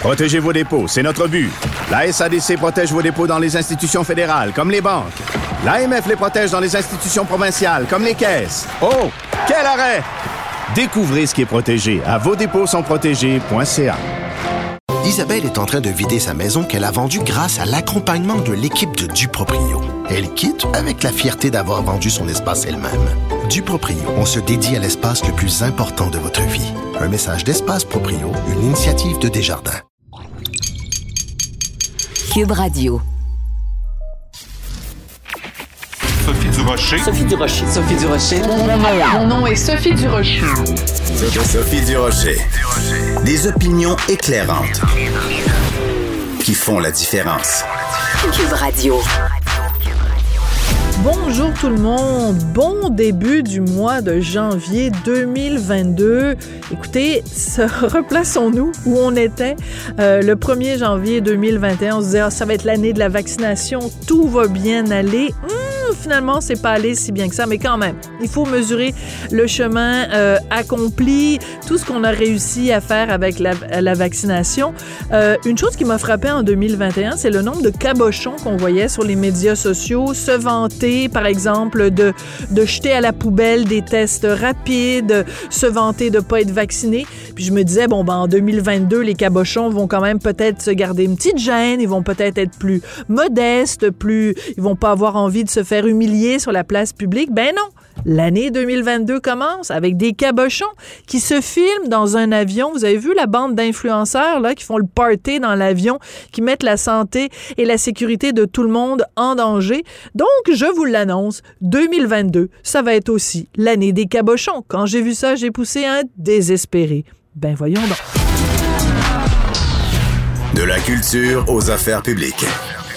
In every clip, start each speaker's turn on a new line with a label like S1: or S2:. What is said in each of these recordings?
S1: Protégez vos dépôts, c'est notre but. La SADC protège vos dépôts dans les institutions fédérales, comme les banques. L'AMF les protège dans les institutions provinciales, comme les caisses. Oh, quel arrêt! Découvrez ce qui est protégé à vosdépôtssontprotégés.ca.
S2: Isabelle est en train de vider sa maison qu'elle a vendue grâce à l'accompagnement de l'équipe de Duproprio. Elle quitte avec la fierté d'avoir vendu son espace elle-même. Duproprio, on se dédie à l'espace le plus important de votre vie. Un message d'Espace Proprio, une initiative de Desjardins.
S3: Cube Radio.
S4: Sophie Durocher.
S5: Sophie Durocher. Sophie Durocher.
S6: Mon nom est Sophie Durocher.
S7: Sophie Durocher. Des opinions éclairantes qui font la différence.
S3: Cube Radio.
S8: Bonjour tout le monde, bon début du mois de janvier 2022. Écoutez, replaçons-nous où on était le 1er janvier 2021. On se disait, ça va être l'année de la vaccination, tout va bien aller. Finalement, c'est pas allé si bien que ça, mais quand même, il faut mesurer le chemin accompli, tout ce qu'on a réussi à faire avec la vaccination. Une chose qui m'a frappée en 2021, c'est le nombre de cabochons qu'on voyait sur les médias sociaux se vanter, par exemple, de jeter à la poubelle des tests rapides, se vanter de pas être vaccinés. Puis je me disais, en 2022, les cabochons vont quand même peut-être se garder une petite gêne, ils vont peut-être être plus modestes, ils vont pas avoir envie de se faire humilier sur la place publique. Ben non! L'année 2022 commence avec des cabochons qui se filment dans un avion. Vous avez vu la bande d'influenceurs là qui font le party dans l'avion, qui mettent la santé et la sécurité de tout le monde en danger. Donc, je vous l'annonce, 2022, ça va être aussi l'année des cabochons. Quand j'ai vu ça, j'ai poussé un désespéré. Ben voyons donc.
S7: De la culture aux affaires publiques.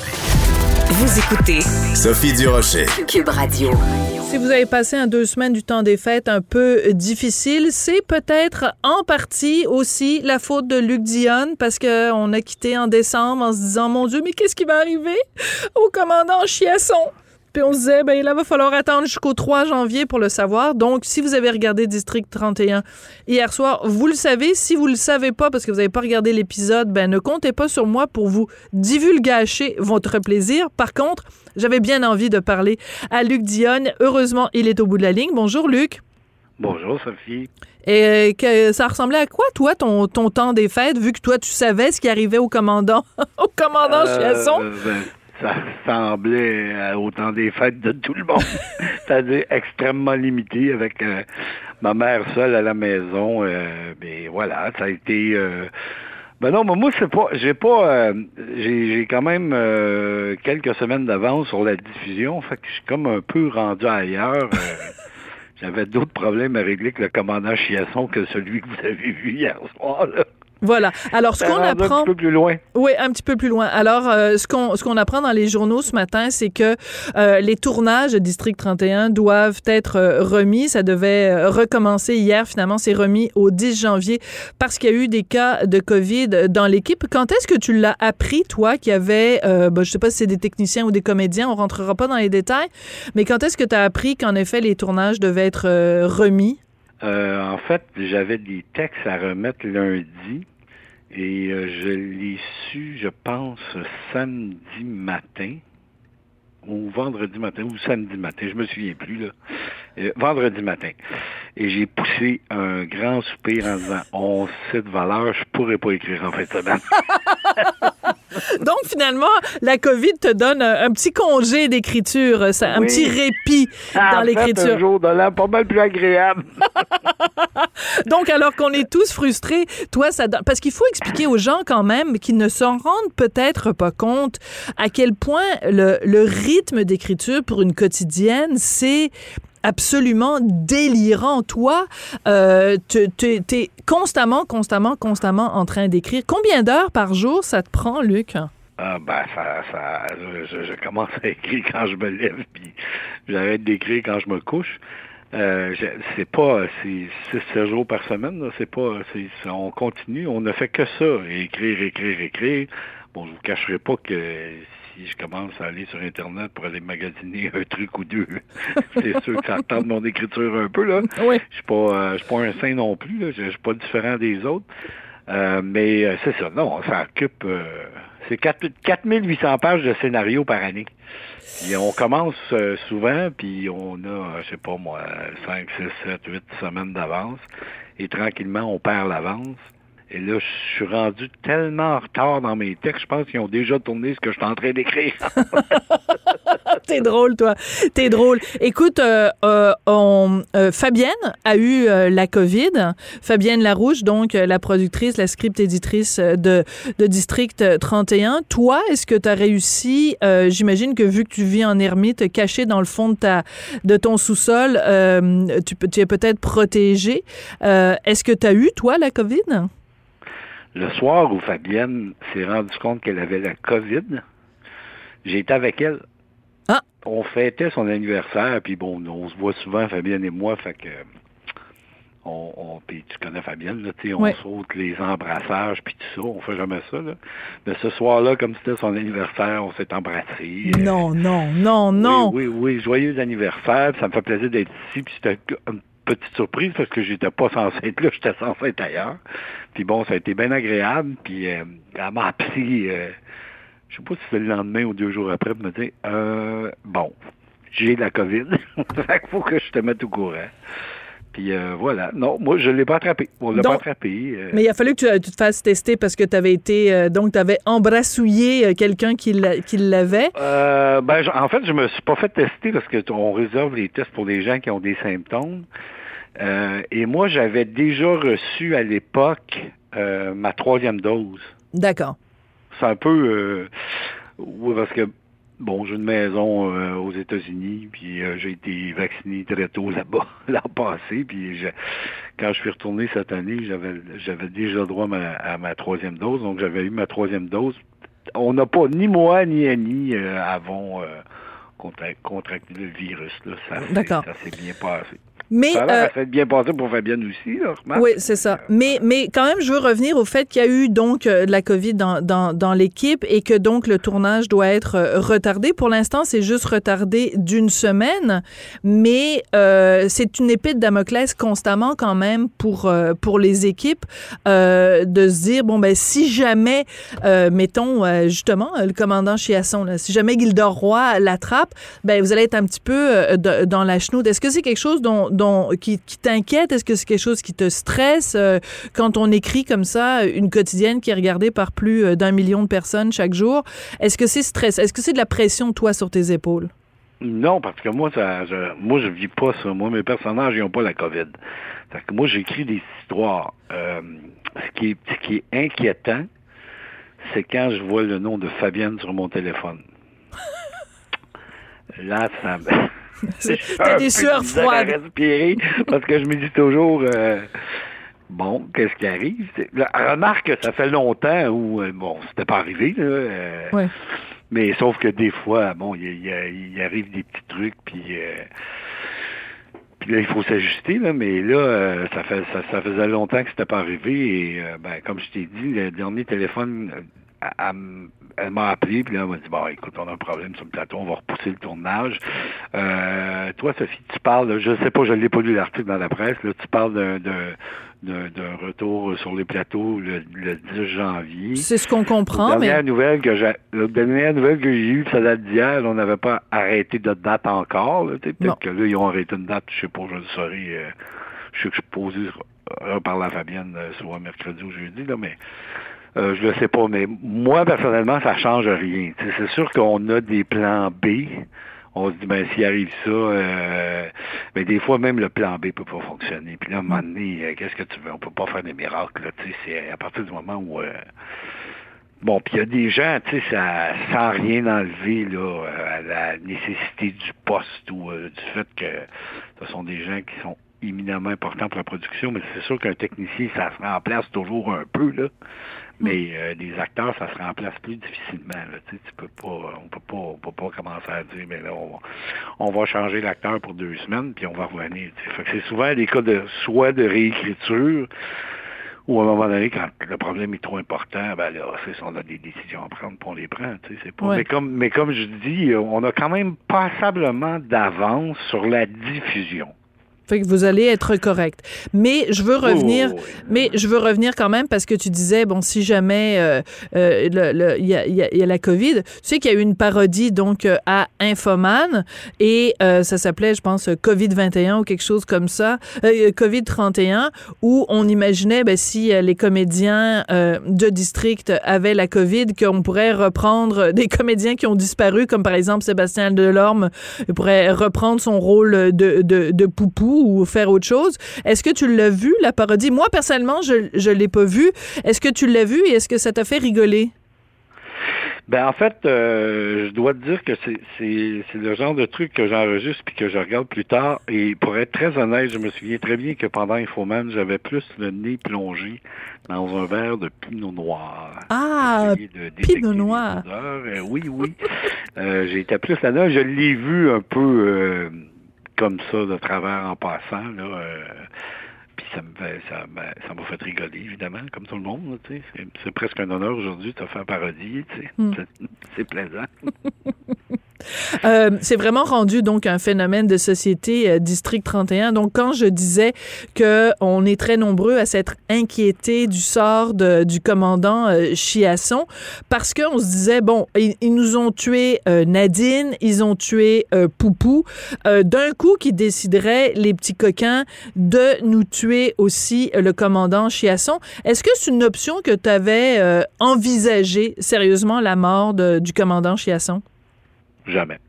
S3: Vous écoutez
S7: Sophie Durocher.
S3: Cube Radio.
S8: Si vous avez passé 2 semaines du temps des fêtes un peu difficile, c'est peut-être en partie aussi la faute de Luc Dionne parce qu'on a quitté en décembre en se disant « Mon Dieu, mais qu'est-ce qui va arriver au commandant Chiasson? » Puis on se disait, là, va falloir attendre jusqu'au 3 janvier pour le savoir. Donc, si vous avez regardé District 31 hier soir, vous le savez. Si vous le savez pas parce que vous n'avez pas regardé l'épisode, ne comptez pas sur moi pour vous divulgacher votre plaisir. Par contre, j'avais bien envie de parler à Luc Dionne. Heureusement, il est au bout de la ligne. Bonjour, Luc.
S9: Bonjour, Sophie.
S8: Et ça ressemblait à quoi, toi, ton temps des fêtes, vu que toi, tu savais ce qui arrivait au commandant Chiasson?
S9: Ça ressemblait au temps des fêtes de tout le monde, c'est-à-dire extrêmement limité avec ma mère seule à la maison. Voilà, ça a été... non, mais moi, j'ai quand même quelques semaines d'avance sur la diffusion, fait que je suis comme un peu rendu ailleurs. J'avais d'autres problèmes à régler que le commandant Chiasson que celui que vous avez vu hier soir, là.
S8: Voilà. Alors, ce qu'on apprend...
S9: Un petit peu plus loin.
S8: Oui, un petit peu plus loin. Alors, ce qu'on apprend dans les journaux ce matin, c'est que les tournages de District 31 doivent être remis. Ça devait recommencer hier. Finalement, c'est remis au 10 janvier parce qu'il y a eu des cas de COVID dans l'équipe. Quand est-ce que tu l'as appris, toi, qu'il y avait, je sais pas si c'est des techniciens ou des comédiens, on rentrera pas dans les détails, mais quand est-ce que tu as appris qu'en effet, les tournages devaient être remis?
S9: En fait, j'avais des textes à remettre lundi et je l'ai su, je pense, samedi matin ou vendredi matin ou samedi matin, je me souviens plus, là. Vendredi matin. Et j'ai poussé un grand soupir en disant « On sait de valeur, je pourrais pas écrire en fin de semaine. »
S8: Donc, finalement, la COVID te donne un petit congé d'écriture, un petit répit dans l'écriture.
S9: Un jour de l'an pas mal plus agréable.
S8: Donc, alors qu'on est tous frustrés, toi, ça donne... Parce qu'il faut expliquer aux gens quand même qui ne s'en rendent peut-être pas compte à quel point le rythme d'écriture pour une quotidienne, c'est absolument délirant. Toi, t'es constamment en train d'écrire. Combien d'heures par jour ça te prend, Luc?
S9: Je commence à écrire quand je me lève, puis j'arrête d'écrire quand je me couche. C'est 6 jours par semaine, là. On continue, on ne fait que ça, écrire. Bon, je vous cacherai pas que si je commence à aller sur Internet pour aller magasiner un truc ou deux, c'est sûr que ça tente mon écriture un peu, là.
S8: Oui.
S9: Je suis pas un saint non plus, là. Je suis pas différent des autres. Mais c'est ça, non, on s'en occupe. C'est 4800 pages de scénario par année. Et on commence souvent, puis on a, je sais pas moi, 5, 6, 7, 8 semaines d'avance. Et tranquillement, on perd l'avance. Et là, je suis rendu tellement en retard dans mes textes, je pense qu'ils ont déjà tourné ce que je suis en train d'écrire.
S8: T'es drôle, toi. T'es drôle. Écoute, Fabienne a eu la COVID. Fabienne Larouche, donc la productrice, la script-éditrice de District 31. Toi, est-ce que tu as réussi, j'imagine que vu que tu vis en ermite, caché dans le fond de ton sous-sol, tu es peut-être protégé. Est-ce que tu as eu, toi, la COVID?
S9: Le soir où Fabienne s'est rendue compte qu'elle avait la COVID, j'ai été avec elle.
S8: Ah.
S9: On fêtait son anniversaire, puis bon, on se voit souvent, Fabienne et moi, fait que puis tu connais Fabienne, là, tu sais, on saute les embrassages, puis tout ça, on fait jamais ça, là. Mais ce soir-là, comme c'était son anniversaire, on s'est embrassés.
S8: Non.
S9: Oui, joyeux anniversaire, puis ça me fait plaisir d'être ici, puis c'était une petite surprise, parce que j'étais pas censé être là, j'étais censé être ailleurs. Puis bon, ça a été bien agréable, puis elle m'a appelé, je sais pas si c'était le lendemain ou 2 jours après, pour me dire, bon, j'ai la COVID, fait qu'il faut que je te mette au courant. Puis voilà. Non, moi, je ne l'ai pas attrapé. On l'a pas attrapé.
S8: Mais il a fallu que tu te fasses tester parce que tu avais été... donc, tu avais embrassouillé quelqu'un qui l'avait.
S9: En fait, je me suis pas fait tester parce qu'on réserve les tests pour les gens qui ont des symptômes. Et moi, j'avais déjà reçu à l'époque ma 3e dose.
S8: D'accord.
S9: C'est un peu... oui, parce que bon, j'ai une maison aux États-Unis, puis j'ai été vacciné très tôt là-bas, l'an passé, puis quand je suis retourné cette année, j'avais déjà droit à ma 3e dose, donc j'avais eu ma 3e dose. On n'a pas, ni moi ni Annie, avons contracté le virus, là. Ça s'est bien passé.
S8: Mais,
S9: ça s'est bien passé pour Fabienne aussi, là, remarque.
S8: Oui, c'est ça. Mais quand même, je veux revenir au fait qu'il y a eu donc de la COVID dans l'équipe et que donc le tournage doit être retardé. Pour l'instant, c'est juste retardé d'1 semaine, mais c'est une épée de Damoclès constamment quand même pour les équipes de se dire, bon, ben si jamais, mettons, justement, le commandant Chiasson, là, si jamais Gildor Roy l'attrape, ben vous allez être un petit peu dans la chenoute. Est-ce que c'est quelque chose qui t'inquiète? Est-ce que c'est quelque chose qui te stresse quand on écrit comme ça une quotidienne qui est regardée par plus d'1 million de personnes chaque jour? Est-ce que c'est stress? Est-ce que c'est de la pression, toi, sur tes épaules?
S9: Non, parce que moi, je vis pas ça. Moi, mes personnages, ils n'ont pas la COVID. Fait que moi, j'écris des histoires. Ce qui est inquiétant, c'est quand je vois le nom de Fabienne sur mon téléphone. Là, ça...
S8: T'as des sueurs froides.
S9: Respirer parce que je me dis toujours, bon, qu'est-ce qui arrive? Remarque que ça fait longtemps où, bon, c'était pas arrivé, là.
S8: Ouais.
S9: Mais sauf que des fois, bon, il arrive des petits trucs, puis là, il faut s'ajuster, là. Mais là, ça faisait longtemps que c'était pas arrivé. Et, comme je t'ai dit, le dernier téléphone... Elle m'a appelé, puis là, elle m'a dit, bon, écoute, on a un problème sur le plateau, on va repousser le tournage. Toi, Sophie, tu parles, je sais pas, je l'ai pas lu l'article dans la presse, là, tu parles d'un retour sur les plateaux le 10 janvier.
S8: C'est ce qu'on comprend,
S9: La dernière nouvelle que j'ai eue, ça date d'hier, on n'avait pas arrêté de date encore, là, peut-être que là, ils ont arrêté une date, je sais pas, je le saurai, je sais que je suis posé reparler à Fabienne soit mercredi ou jeudi, là, mais... je le sais pas, mais moi, personnellement, ça change rien. T'sais, c'est sûr qu'on a des plans B. On se dit, ben, s'il arrive ça, ben, des fois, même le plan B peut pas fonctionner. Puis là, à un moment donné, qu'est-ce que tu veux? On peut pas faire des miracles, là. C'est à partir du moment où... bon, puis il y a des gens, tu sais, ça sans rien enlever, là, à la nécessité du poste ou du fait que ce sont des gens qui sont éminemment importants pour la production, mais c'est sûr qu'un technicien, ça se remplace toujours un peu, là. Mais des acteurs, ça se remplace plus difficilement. Là. Tu peux pas, on peut pas commencer à dire, mais là, on va changer l'acteur pour 2 semaines, puis on va revenir. Fait que c'est souvent des cas de réécriture, ou à un moment donné, quand le problème est trop important, ben là, on a des décisions à prendre, puis on les prend. C'est pas.
S8: Ouais.
S9: Mais comme je dis, on a quand même passablement d'avance sur la diffusion.
S8: Fait que vous allez être correct. Mais je veux revenir, quand même parce que tu disais, bon, si jamais il y a la COVID, tu sais qu'il y a eu une parodie donc à Infoman et ça s'appelait, je pense, COVID-21 ou quelque chose comme ça, COVID-31, où on imaginait, si les comédiens de district avaient la COVID, qu'on pourrait reprendre des comédiens qui ont disparu, comme par exemple Sébastien Delorme, il pourrait reprendre son rôle de Poupou ou faire autre chose. Est-ce que tu l'as vu, la parodie? Moi, personnellement, je l'ai pas vu. Est-ce que tu l'as vu et est-ce que ça t'a fait rigoler?
S9: En fait, je dois te dire que c'est le genre de truc que j'enregistre puis que je regarde plus tard. Et pour être très honnête, je me souviens très bien que pendant Infoman, j'avais plus le nez plongé dans un verre de Pinot Noir.
S8: Ah, Pinot Noir.
S9: Oui. J'étais plus là-dedans. Je l'ai vu un peu comme ça, de travers en passant, là. Puis ça m'a fait rigoler, évidemment, comme tout le monde. Tu sais. C'est presque un honneur aujourd'hui de te faire parodier. Tu sais. C'est plaisant.
S8: C'est vraiment rendu donc un phénomène de société District 31. Donc quand je disais que on est très nombreux à s'être inquiétés du sort du commandant Chiasson, parce que on se disait bon, ils nous ont tué Nadine, ils ont tué Poupou, d'un coup qui décideraient les petits coquins de nous tuer aussi le commandant Chiasson. Est-ce que c'est une option que tu avais envisagée sérieusement, la mort du commandant Chiasson?
S9: Jamais.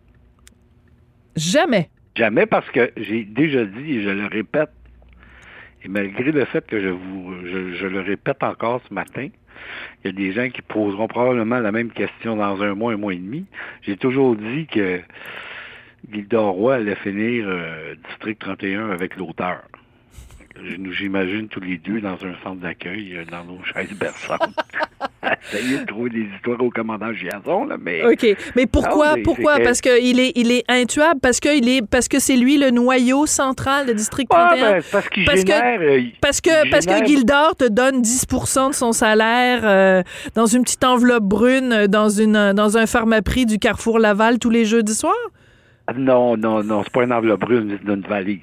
S8: Jamais?
S9: Jamais, parce que j'ai déjà dit, et je le répète, et malgré le fait que je le répète encore ce matin, il y a des gens qui poseront probablement la même question dans un mois et demi. J'ai toujours dit que Gilda Roy allait finir District 31 avec l'auteur. J'imagine tous les deux dans un centre d'accueil, dans nos chaises berçantes. Essayer de trouver des histoires au commandant Chiasson, là, mais...
S8: OK. Mais pourquoi? Parce qu'il est intuable? Parce que c'est lui le noyau central de District 31?
S9: Parce qu'il génère...
S8: Parce que Gildor te donne 10% de son salaire dans une petite enveloppe brune dans un pharmaprix du Carrefour Laval tous les jeudis soirs?
S9: Non, c'est pas une enveloppe brune, c'est une valise.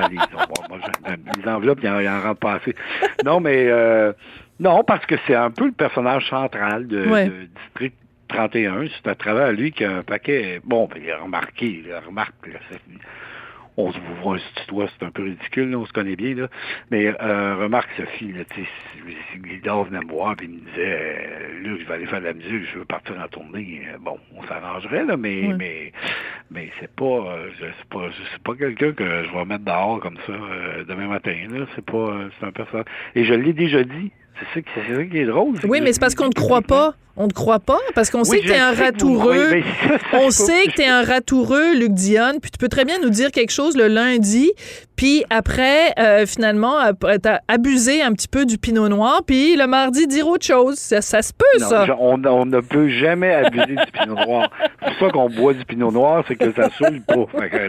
S9: Les enveloppes, il en rend pas assez. Non, mais... non, parce que c'est un peu le personnage central de District 31. C'est à travers lui qu'il y a un paquet... Bon, il a remarqué, on se voit, c'est un peu ridicule, là, on se connaît bien, là. Mais remarque, Sophie, là, tu sais, si Gildor venait me voir et me disait là, je vais aller faire de la musique, je veux partir en tournée, bon, on s'arrangerait, là, mais c'est pas quelqu'un que je vais mettre dehors comme ça demain matin, là. C'est un personnage. Et je l'ai déjà dit. C'est ça qui est drôle.
S8: Oui, mais c'est parce qu'on ne te croit pas. On ne te croit pas parce qu'on sait que t'es un ratoureux. On sait que t'es un ratoureux, Luc Dionne, puis tu peux très bien nous dire quelque chose le lundi, puis après, finalement, t'as abusé un petit peu du Pinot Noir, puis le mardi, dire autre chose. Ça se peut, ça.
S9: On ne peut jamais abuser du Pinot Noir. C'est pour ça qu'on boit du Pinot Noir, c'est que ça saoule pas.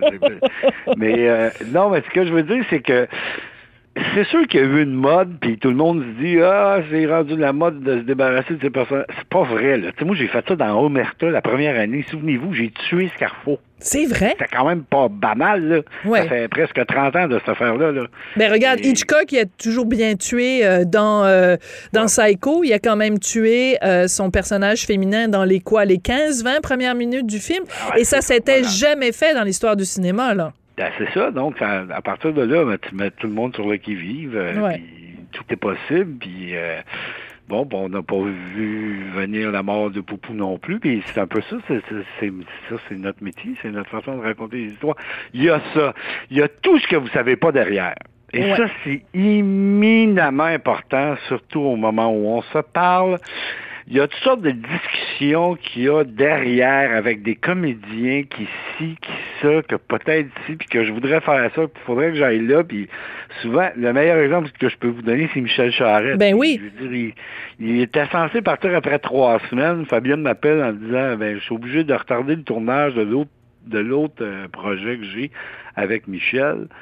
S9: Mais non, mais ce que je veux dire, c'est que c'est sûr qu'il y a eu une mode, puis tout le monde se dit « c'est rendu la mode de se débarrasser de ces personnes. » C'est pas vrai, là. Tu sais, moi, j'ai fait ça dans Omerta la première année. Souvenez-vous, j'ai tué Scarfo.
S8: C'est vrai?
S9: C'était quand même pas banal, là. Ouais. Ça fait presque 30 ans de cette affaire-là, là.
S8: Ben regarde, Hitchcock, il a toujours bien tué dans Psycho. Il a quand même tué son personnage féminin dans les 15-20 premières minutes du film. Et ça s'était jamais fait dans l'histoire du cinéma, là.
S9: Ben, c'est ça, donc à partir de là, tu mets tout le monde sur le qui-vive, puis tout est possible, puis on n'a pas vu venir la mort de Poupou non plus, puis c'est un peu ça, c'est notre métier, c'est notre façon de raconter les histoires. Il y a ça, il y a tout ce que vous savez pas derrière. Et ça, c'est éminemment important, surtout au moment où on se parle. Il y a toutes sortes de discussions qu'il y a derrière avec des comédiens qui que peut-être puis que je voudrais faire ça, puis il faudrait que j'aille là, puis souvent, le meilleur exemple que je peux vous donner, c'est Michel Charette.
S8: Ben oui.
S9: Je veux dire, il était censé partir après 3 semaines. Fabienne m'appelle en disant, je suis obligé de retarder le tournage de l'autre projet que j'ai avec Michel.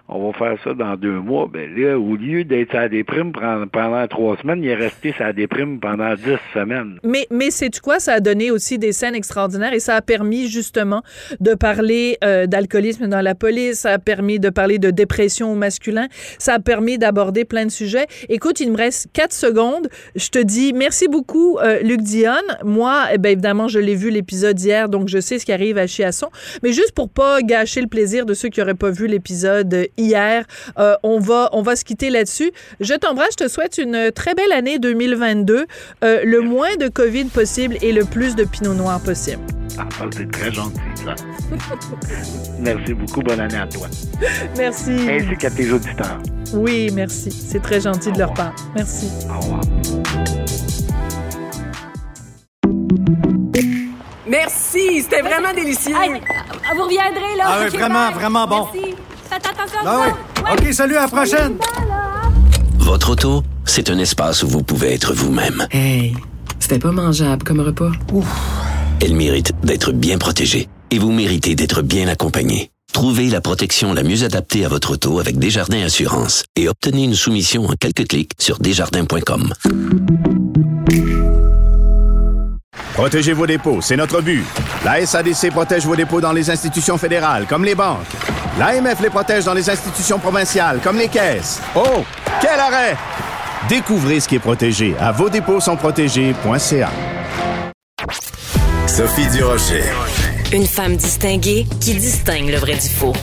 S9: on va faire ça dans 2 mois. Ben là, au lieu d'être à la déprime pendant 3 semaines, il est resté à la déprime pendant 10 semaines.
S8: Mais sais-tu quoi? Ça a donné aussi des scènes extraordinaires et ça a permis justement de parler d'alcoolisme dans la police, ça a permis de parler de dépression au masculin, ça a permis d'aborder plein de sujets. Écoute, il me reste 4 secondes. Je te dis merci beaucoup, Luc Dionne. Moi, évidemment, je l'ai vu l'épisode hier, donc je sais ce qui arrive à Chiasson. Mais juste pour pas gâcher le plaisir de ceux qui n'auraient pas vu l'épisode hier, on va se quitter là-dessus. Je t'embrasse, je te souhaite une très belle année 2022, le moins de COVID possible et le plus de Pinot Noir possible.
S9: Ah, c'est très gentil, ça. Merci beaucoup, bonne année à toi.
S8: Merci.
S9: Ainsi qu'à tes auditeurs.
S8: Oui, merci. C'est très gentil de leur part. Merci.
S9: Au revoir.
S5: Merci, c'était vraiment délicieux.
S10: Hey, vous reviendrez, là.
S11: Ah oui, vraiment bon.
S10: Merci. Faites attention à
S11: vous.
S10: Ouais.
S11: OK, salut, à la prochaine.
S12: Votre auto, c'est un espace où vous pouvez être vous-même.
S5: Hey, c'était pas mangeable comme repas.
S11: Ouf.
S12: Elle mérite d'être bien protégée et vous méritez d'être bien accompagné. Trouvez la protection la mieux adaptée à votre auto avec Desjardins Assurance et obtenez une soumission en quelques clics sur desjardins.com.
S1: Protégez vos dépôts, c'est notre but. La SADC protège vos dépôts dans les institutions fédérales, comme les banques. L'AMF les protège dans les institutions provinciales, comme les caisses. Oh, quel arrêt! Découvrez ce qui est protégé à vosdépôtssontprotégés.ca.
S7: Sophie Durocher.
S3: Une femme distinguée qui distingue le vrai du faux.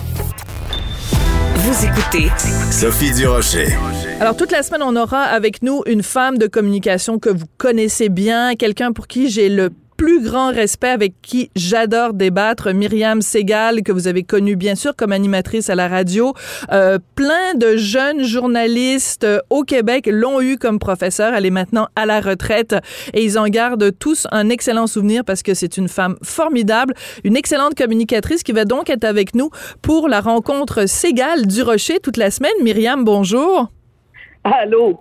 S3: Vous écoutez
S7: Sophie Durocher.
S8: Alors, toute la semaine, on aura avec nous une femme de communication que vous connaissez bien, quelqu'un pour qui j'ai le plus grand respect, avec qui j'adore débattre, Myriam Segal, que vous avez connue bien sûr comme animatrice à la radio. Plein de jeunes journalistes au Québec l'ont eu comme professeur. Elle est maintenant à la retraite et ils en gardent tous un excellent souvenir parce que c'est une femme formidable, une excellente communicatrice qui va donc être avec nous pour la rencontre Segal du Rocher toute la semaine. Myriam, bonjour.
S13: Allô.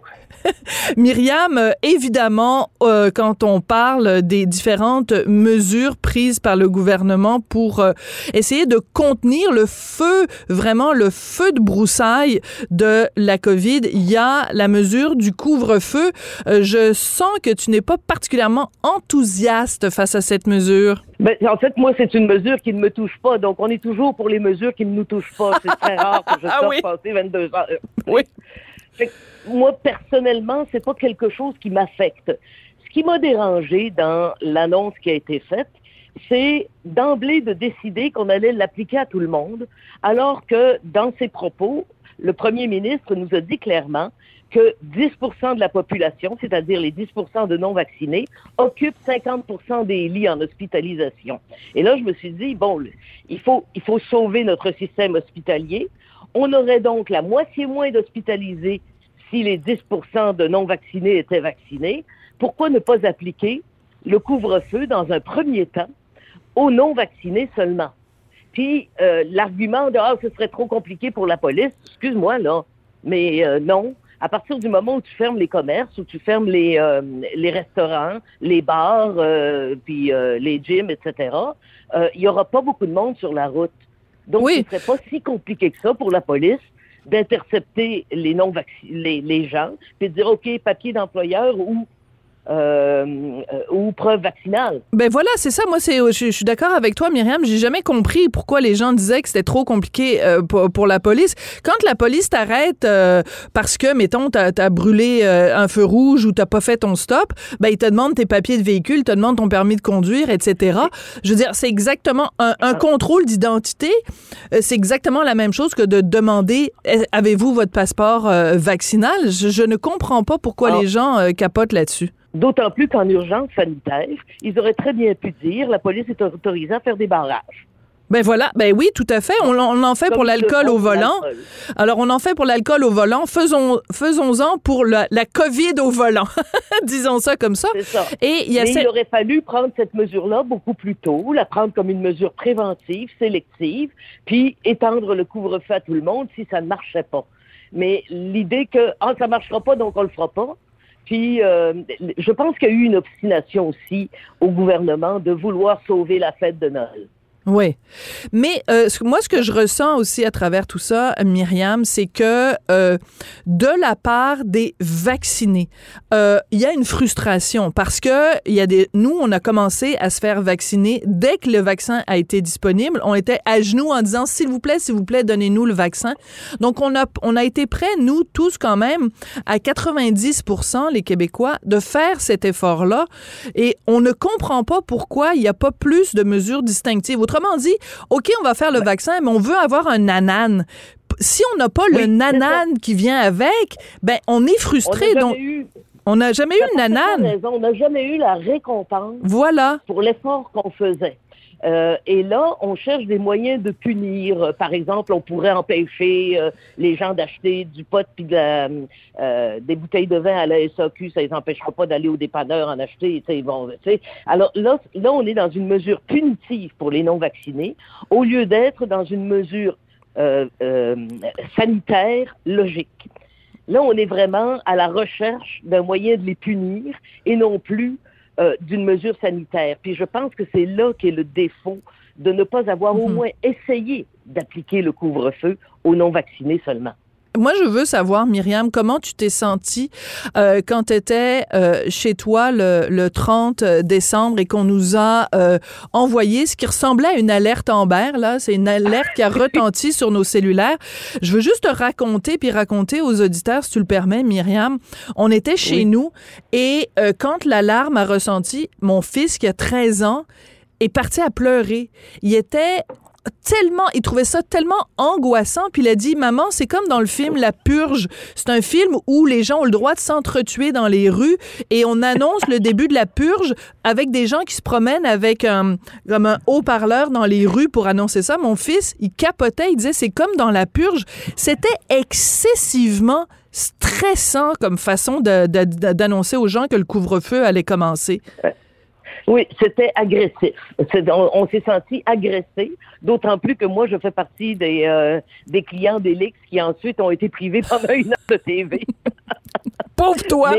S8: Myriam, évidemment, quand on parle des différentes mesures prises par le gouvernement pour essayer de contenir le feu, vraiment le feu de broussailles de la COVID, il y a la mesure du couvre-feu. Je sens que tu n'es pas particulièrement enthousiaste face à cette mesure.
S13: Ben, en fait, moi, c'est une mesure qui ne me touche pas. Donc, on est toujours pour les mesures qui ne nous touchent pas. C'est très rare que je sorte passer 22 heures.
S8: Oui.
S13: Moi, personnellement, c'est pas quelque chose qui m'affecte. Ce qui m'a dérangé dans l'annonce qui a été faite, c'est d'emblée de décider qu'on allait l'appliquer à tout le monde, alors que dans ses propos, le premier ministre nous a dit clairement que 10% de la population, c'est-à-dire les 10% de non-vaccinés, occupent 50% des lits en hospitalisation. Et là, je me suis dit, bon, il faut sauver notre système hospitalier. On aurait donc la moitié moins d'hospitalisés si les 10% de non-vaccinés étaient vaccinés. Pourquoi ne pas appliquer le couvre-feu dans un premier temps aux non-vaccinés seulement? Puis l'argument de « Ah, ce serait trop compliqué pour la police », excuse-moi, là, mais non. À partir du moment où tu fermes les commerces, où tu fermes les restaurants, les bars, puis les gyms, etc., il n'y aura pas beaucoup de monde sur la route. Donc, ce ne serait pas si compliqué que ça pour la police d'intercepter les non-vaccinés, les gens, puis de dire, OK, papier d'employeur ou preuve vaccinale.
S8: Ben voilà, c'est ça. Moi, je suis d'accord avec toi, Myriam. J'ai jamais compris pourquoi les gens disaient que c'était trop compliqué pour la police. Quand la police t'arrête parce que, mettons, t'as brûlé un feu rouge ou t'as pas fait ton stop, ben ils te demandent tes papiers de véhicule, te demandent ton permis de conduire, etc. Je veux dire, c'est exactement un contrôle d'identité. C'est exactement la même chose que de demander avez-vous votre passeport vaccinal. Je ne comprends pas pourquoi les gens capotent là-dessus.
S13: D'autant plus qu'en urgence sanitaire, ils auraient très bien pu dire la police est autorisée à faire des barrages.
S8: Ben voilà, ben oui, tout à fait. On en fait pour l'alcool au volant. Alors, on en fait pour l'alcool au volant. Faisons-en pour la COVID au volant. Disons ça comme ça.
S13: C'est ça.
S8: Et
S13: il aurait fallu prendre cette mesure-là beaucoup plus tôt, la prendre comme une mesure préventive, sélective, puis étendre le couvre-feu à tout le monde si ça ne marchait pas. Mais l'idée que « Ah, ça ne marchera pas, donc on le fera pas », puis, je pense qu'il y a eu une obstination aussi au gouvernement de vouloir sauver la fête de Noël.
S8: Oui. Mais moi, ce que je ressens aussi à travers tout ça, Myriam, c'est que de la part des vaccinés, il y a une frustration parce que nous, on a commencé à se faire vacciner dès que le vaccin a été disponible. On était à genoux en disant, s'il vous plaît, donnez-nous le vaccin. Donc, on a été prêts, nous tous quand même, à 90%, les Québécois, de faire cet effort-là. Et on ne comprend pas pourquoi il n'y a pas plus de mesures distinctives. Autrement dit, OK, on va faire le vaccin, mais on veut avoir un nanan. Si on n'a pas le nanan qui vient avec, ben on est frustré. On n'a jamais eu le nanan.
S13: On n'a jamais eu la récompense pour l'effort qu'on faisait. Et là, on cherche des moyens de punir. Par exemple, on pourrait empêcher les gens d'acheter du pot puis des bouteilles de vin à la SAQ. Ça les empêchera pas d'aller au dépanneur en acheter. Alors là, on est dans une mesure punitive pour les non-vaccinés au lieu d'être dans une mesure sanitaire logique. Là, on est vraiment à la recherche d'un moyen de les punir et non plus d'une mesure sanitaire. Puis je pense que c'est là qu'est le défaut de ne pas avoir au moins essayé d'appliquer le couvre-feu aux non-vaccinés seulement.
S8: Moi, je veux savoir, Myriam, comment tu t'es sentie quand tu étais chez toi le 30 décembre et qu'on nous a envoyé ce qui ressemblait à une alerte Amber, là. C'est une alerte qui a retenti sur nos cellulaires. Je veux juste te raconter aux auditeurs, si tu le permets, Myriam. On était chez nous et quand l'alarme a retenti, mon fils, qui a 13 ans, est parti à pleurer. Il trouvait ça tellement angoissant, puis il a dit, maman, c'est comme dans le film La Purge. C'est un film où les gens ont le droit de s'entretuer dans les rues et on annonce le début de la purge avec des gens qui se promènent avec comme un haut-parleur dans les rues pour annoncer ça. Mon fils, il capotait, il disait, c'est comme dans La Purge. C'était excessivement stressant comme façon d'annoncer aux gens que le couvre-feu allait commencer.
S13: Oui, c'était agressif. On s'est senti agressé, d'autant plus que moi, je fais partie des clients d'Élix qui ensuite ont été privés pendant une heure de TV.
S8: Pauvre toi!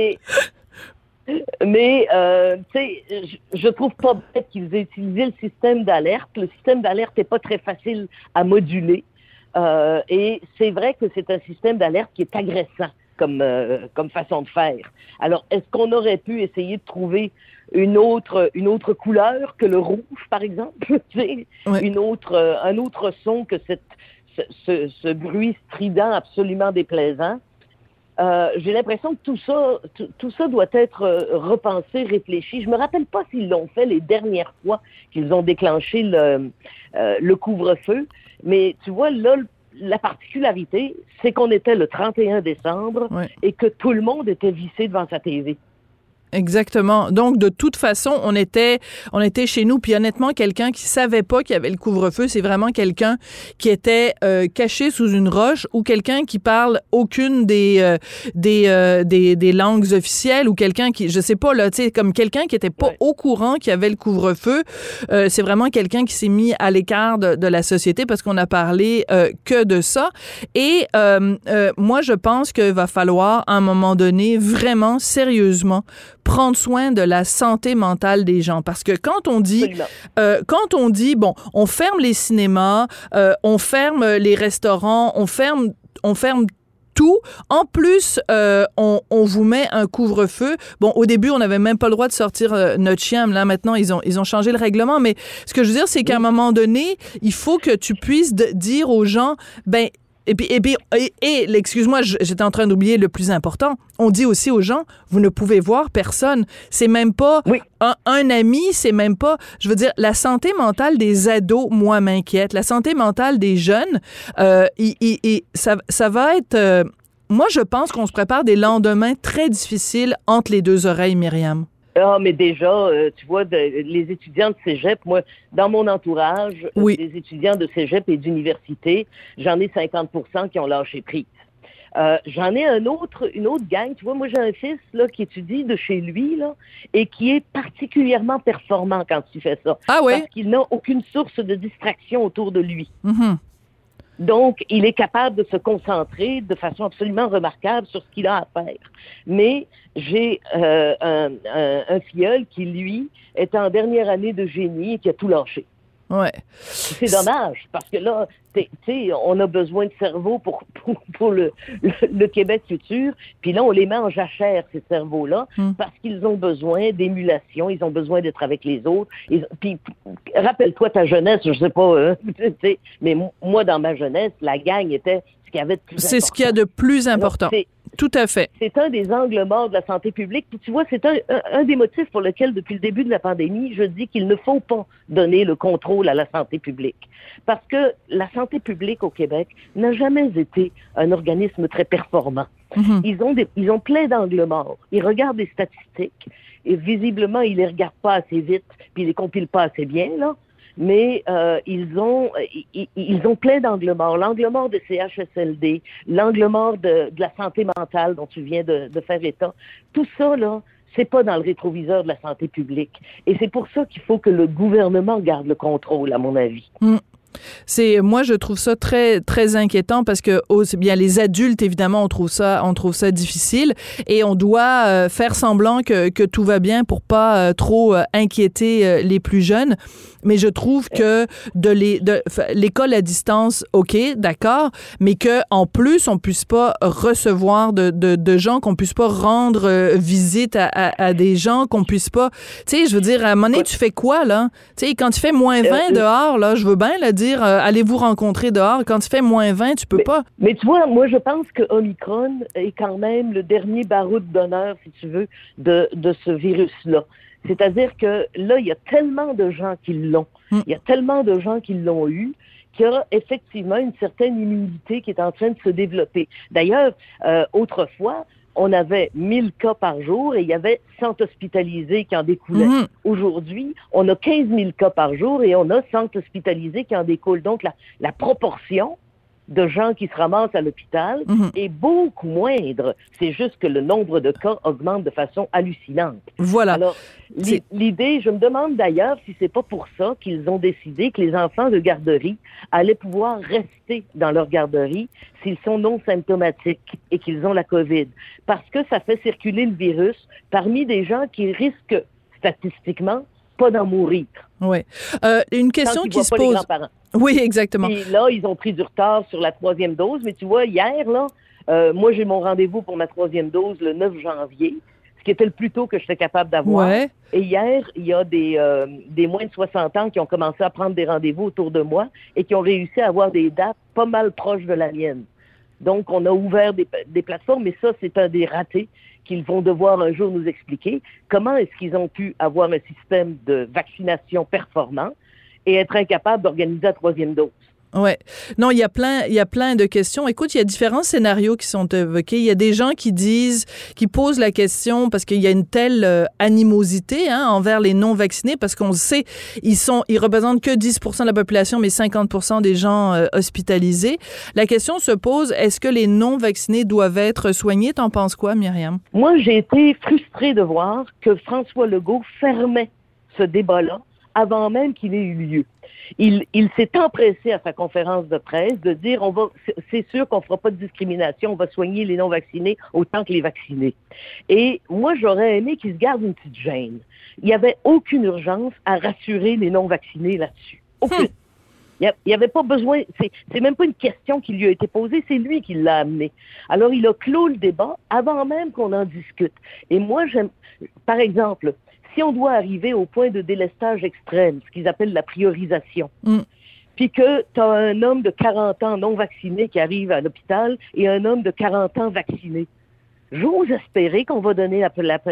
S13: Mais tu sais, je trouve pas bête qu'ils aient utilisé le système d'alerte. Le système d'alerte n'est pas très facile à moduler. Et c'est vrai que c'est un système d'alerte qui est agressant comme façon de faire. Alors, est-ce qu'on aurait pu essayer de trouver une autre couleur que le rouge, par exemple? Un autre son que ce bruit strident absolument déplaisant. J'ai l'impression que tout ça doit être repensé, réfléchi. Je me rappelle pas s'ils l'ont fait les dernières fois qu'ils ont déclenché le couvre-feu, mais tu vois, là, la particularité, c'est qu'on était le 31 décembre et que tout le monde était vissé devant sa TV.
S8: Exactement. Donc, de toute façon, on était chez nous. Puis honnêtement, quelqu'un qui savait pas qu'il y avait le couvre-feu, c'est vraiment quelqu'un qui était caché sous une roche ou quelqu'un qui parle aucune des langues officielles ou quelqu'un qui, je sais pas, là, tu sais, comme quelqu'un qui était pas au courant qu'il y avait le couvre-feu. C'est vraiment quelqu'un qui s'est mis à l'écart de la société parce qu'on a parlé que de ça. Et moi, je pense qu'il va falloir, à un moment donné, vraiment, sérieusement, prendre soin de la santé mentale des gens. Parce que quand on dit, bon, on ferme les cinémas, on ferme les restaurants, on ferme tout. En plus, on vous met un couvre-feu. Bon, au début, on n'avait même pas le droit de sortir notre chien. Là, maintenant, ils ont changé le règlement. Mais ce que je veux dire, c'est qu'à un moment donné, il faut que tu puisses dire aux gens, ben, et excuse-moi, j'étais en train d'oublier le plus important. On dit aussi aux gens, vous ne pouvez voir personne. C'est même pas un ami, c'est même pas... Je veux dire, la santé mentale des ados, moi, m'inquiète. La santé mentale des jeunes, ça va être... moi, je pense qu'on se prépare des lendemains très difficiles entre les deux oreilles, Myriam.
S13: Ah, mais déjà, tu vois, les étudiants de cégep, moi, dans mon entourage, des étudiants de cégep et d'université, j'en ai 50% qui ont lâché prise. J'en ai une autre gang. Tu vois, moi, j'ai un fils là qui étudie de chez lui là et qui est particulièrement performant quand il fait ça.
S8: Ah oui?
S13: Parce qu'il n'a aucune source de distraction autour de lui.
S8: Mm-hmm.
S13: Donc, il est capable de se concentrer de façon absolument remarquable sur ce qu'il a à faire. Mais j'ai un filleul qui, lui, est en dernière année de génie et qui a tout lâché.
S8: Ouais.
S13: C'est dommage, parce que là, tu sais, on a besoin de cerveaux pour le Québec futur, puis là, on les met en jachère, ces cerveaux-là, parce qu'ils ont besoin d'émulation, ils ont besoin d'être avec les autres. Puis, rappelle-toi ta jeunesse, je sais pas, mais moi, dans ma jeunesse, la gang était ce qu'il y avait de plus important.
S8: C'est ce qu'il y a de plus important.
S13: Alors,
S8: tout à fait.
S13: C'est un des angles morts de la santé publique. Puis tu vois, c'est un des motifs pour lequel, depuis le début de la pandémie, je dis qu'il ne faut pas donner le contrôle à la santé publique. Parce que la santé publique au Québec n'a jamais été un organisme très performant. Ils ont plein d'angles morts. Ils regardent les statistiques et visiblement, ils les regardent pas assez vite puis ils les compilent pas assez bien, là. Mais ils ont plein d'angles morts. L'angle mort de CHSLD, l'angle mort de la santé mentale dont tu viens de faire état. Tout ça, là, c'est pas dans le rétroviseur de la santé publique. Et c'est pour ça qu'il faut que le gouvernement garde le contrôle, à mon avis.
S8: Moi, je trouve ça très, très inquiétant parce que bien les adultes, évidemment, on trouve ça difficile et on doit faire semblant que tout va bien pour pas trop inquiéter les plus jeunes. Mais je trouve que l'école à distance, OK, d'accord, mais que en plus on puisse pas recevoir de gens, qu'on puisse pas rendre visite à des gens, qu'on puisse pas, tu sais, je veux dire, à un moment donné, tu fais quoi là? Tu sais, quand tu fais moins 20 dehors, là, je veux bien le dire, allez vous rencontrer dehors. Quand tu fais moins 20, tu peux pas.
S13: Mais tu vois, moi je pense que Omicron est quand même le dernier baroud d'honneur, si tu veux, de ce virus-là. C'est-à-dire que là, il y a tellement de gens qui l'ont. Il y a tellement de gens qui l'ont eu qu'il y a effectivement une certaine immunité qui est en train de se développer. D'ailleurs, autrefois, on avait 1000 cas par jour et il y avait 100 hospitalisés qui en découlaient. Aujourd'hui, on a 15 000 cas par jour et on a 100 hospitalisés qui en découlent. Donc, la proportion de gens qui se ramassent à l'hôpital est beaucoup moindre. C'est juste que le nombre de cas augmente de façon hallucinante.
S8: Voilà.
S13: Alors, l'idée, je me demande d'ailleurs si c'est pas pour ça qu'ils ont décidé que les enfants de garderie allaient pouvoir rester dans leur garderie s'ils sont non symptomatiques et qu'ils ont la COVID. Parce que ça fait circuler le virus parmi des gens qui risquent statistiquement pas d'en mourir.
S8: Oui. Une question qui se pose. Oui, exactement.
S13: Puis là, ils ont pris du retard sur la 3e dose, mais tu vois, hier, là, moi, j'ai mon rendez-vous pour ma 3e dose le 9 janvier, ce qui était le plus tôt que j'étais capable d'avoir.
S8: Ouais.
S13: Et hier, il y a des moins de 60 ans qui ont commencé à prendre des rendez-vous autour de moi et qui ont réussi à avoir des dates pas mal proches de la mienne. Donc, on a ouvert des plateformes, mais ça, c'est un des ratés qu'ils vont devoir un jour nous expliquer. Comment est-ce qu'ils ont pu avoir un système de vaccination performant et être incapables d'organiser la 3e dose?
S8: Ouais. Non, il y a plein de questions. Écoute, il y a différents scénarios qui sont évoqués. Il y a des gens qui posent la question parce qu'il y a une telle animosité envers les non-vaccinés parce qu'on sait, ils représentent que 10% de la population, mais 50% des gens hospitalisés. La question se pose, est-ce que les non-vaccinés doivent être soignés? T'en penses quoi, Myriam?
S13: Moi, j'ai été frustrée de voir que François Legault fermait ce débat-là avant même qu'il ait eu lieu. Il s'est empressé à sa conférence de presse de dire c'est sûr qu'on fera pas de discrimination, on va soigner les non-vaccinés autant que les vaccinés. Et moi, j'aurais aimé qu'il se garde une petite gêne. Il n'y avait aucune urgence à rassurer les non-vaccinés là-dessus. Aucune. Il n'y avait pas besoin, c'est même pas une question qui lui a été posée, c'est lui qui l'a amené. Alors, il a clos le débat avant même qu'on en discute. Et moi, par exemple, si on doit arriver au point de délestage extrême, ce qu'ils appellent la priorisation, puis que tu as un homme de 40 ans non vacciné qui arrive à l'hôpital et un homme de 40 ans vacciné, j'ose espérer qu'on va donner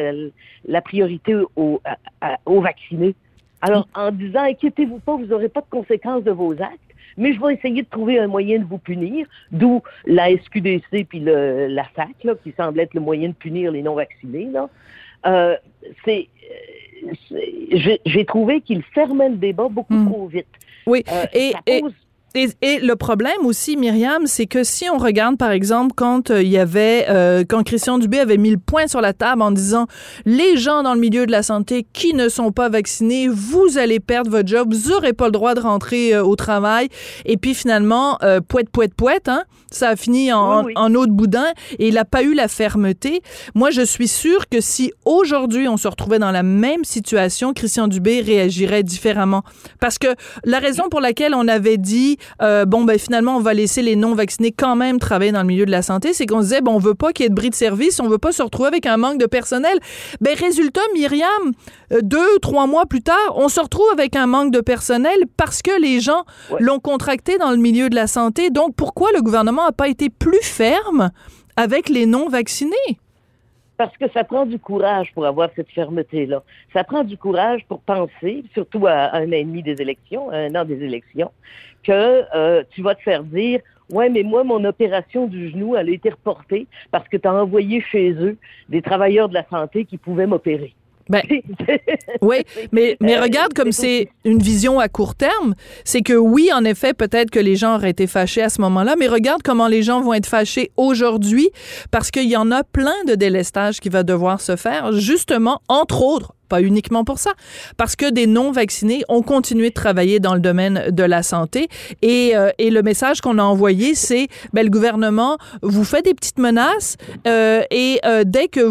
S13: la priorité aux vaccinés. Alors, en disant, inquiétez-vous pas, vous n'aurez pas de conséquences de vos actes, mais je vais essayer de trouver un moyen de vous punir, d'où la SQDC puis la SAC, là, qui semble être le moyen de punir les non-vaccinés, là. J'ai trouvé qu'il fermait le débat beaucoup trop vite.
S8: Oui, Et le problème aussi, Myriam, c'est que si on regarde, par exemple, quand quand Christian Dubé avait mis le point sur la table en disant les gens dans le milieu de la santé qui ne sont pas vaccinés, vous allez perdre votre job, vous n'aurez pas le droit de rentrer au travail. Et puis finalement, pouette, hein, ça a fini en eau de boudin et il n'a pas eu la fermeté. Moi, je suis sûre que si aujourd'hui on se retrouvait dans la même situation, Christian Dubé réagirait différemment. Parce que la raison pour laquelle on avait dit finalement, on va laisser les non-vaccinés quand même travailler dans le milieu de la santé, c'est qu'on se disait, on veut pas qu'il y ait de bris de service, on veut pas se retrouver avec un manque de personnel. Résultat, Myriam, 2-3 mois plus tard, on se retrouve avec un manque de personnel parce que les gens l'ont contracté dans le milieu de la santé. Donc, pourquoi le gouvernement n'a pas été plus ferme avec les non-vaccinés?
S13: Parce que ça prend du courage pour avoir cette fermeté-là. Ça prend du courage pour penser, surtout à 1 an et demi des élections, à 1 an des élections, que tu vas te faire dire « Ouais, mais moi, mon opération du genou, elle a été reportée parce que tu as envoyé chez eux des travailleurs de la santé qui pouvaient m'opérer. »
S8: Oui, mais regarde comme c'est une vision à court terme. C'est que oui, en effet, peut-être que les gens auraient été fâchés à ce moment-là, mais regarde comment les gens vont être fâchés aujourd'hui parce qu'il y en a plein de délestages qui va devoir se faire, justement, entre autres, pas uniquement pour ça, parce que des non-vaccinés ont continué de travailler dans le domaine de la santé et le message qu'on a envoyé, c'est le gouvernement vous fait des petites menaces et dès que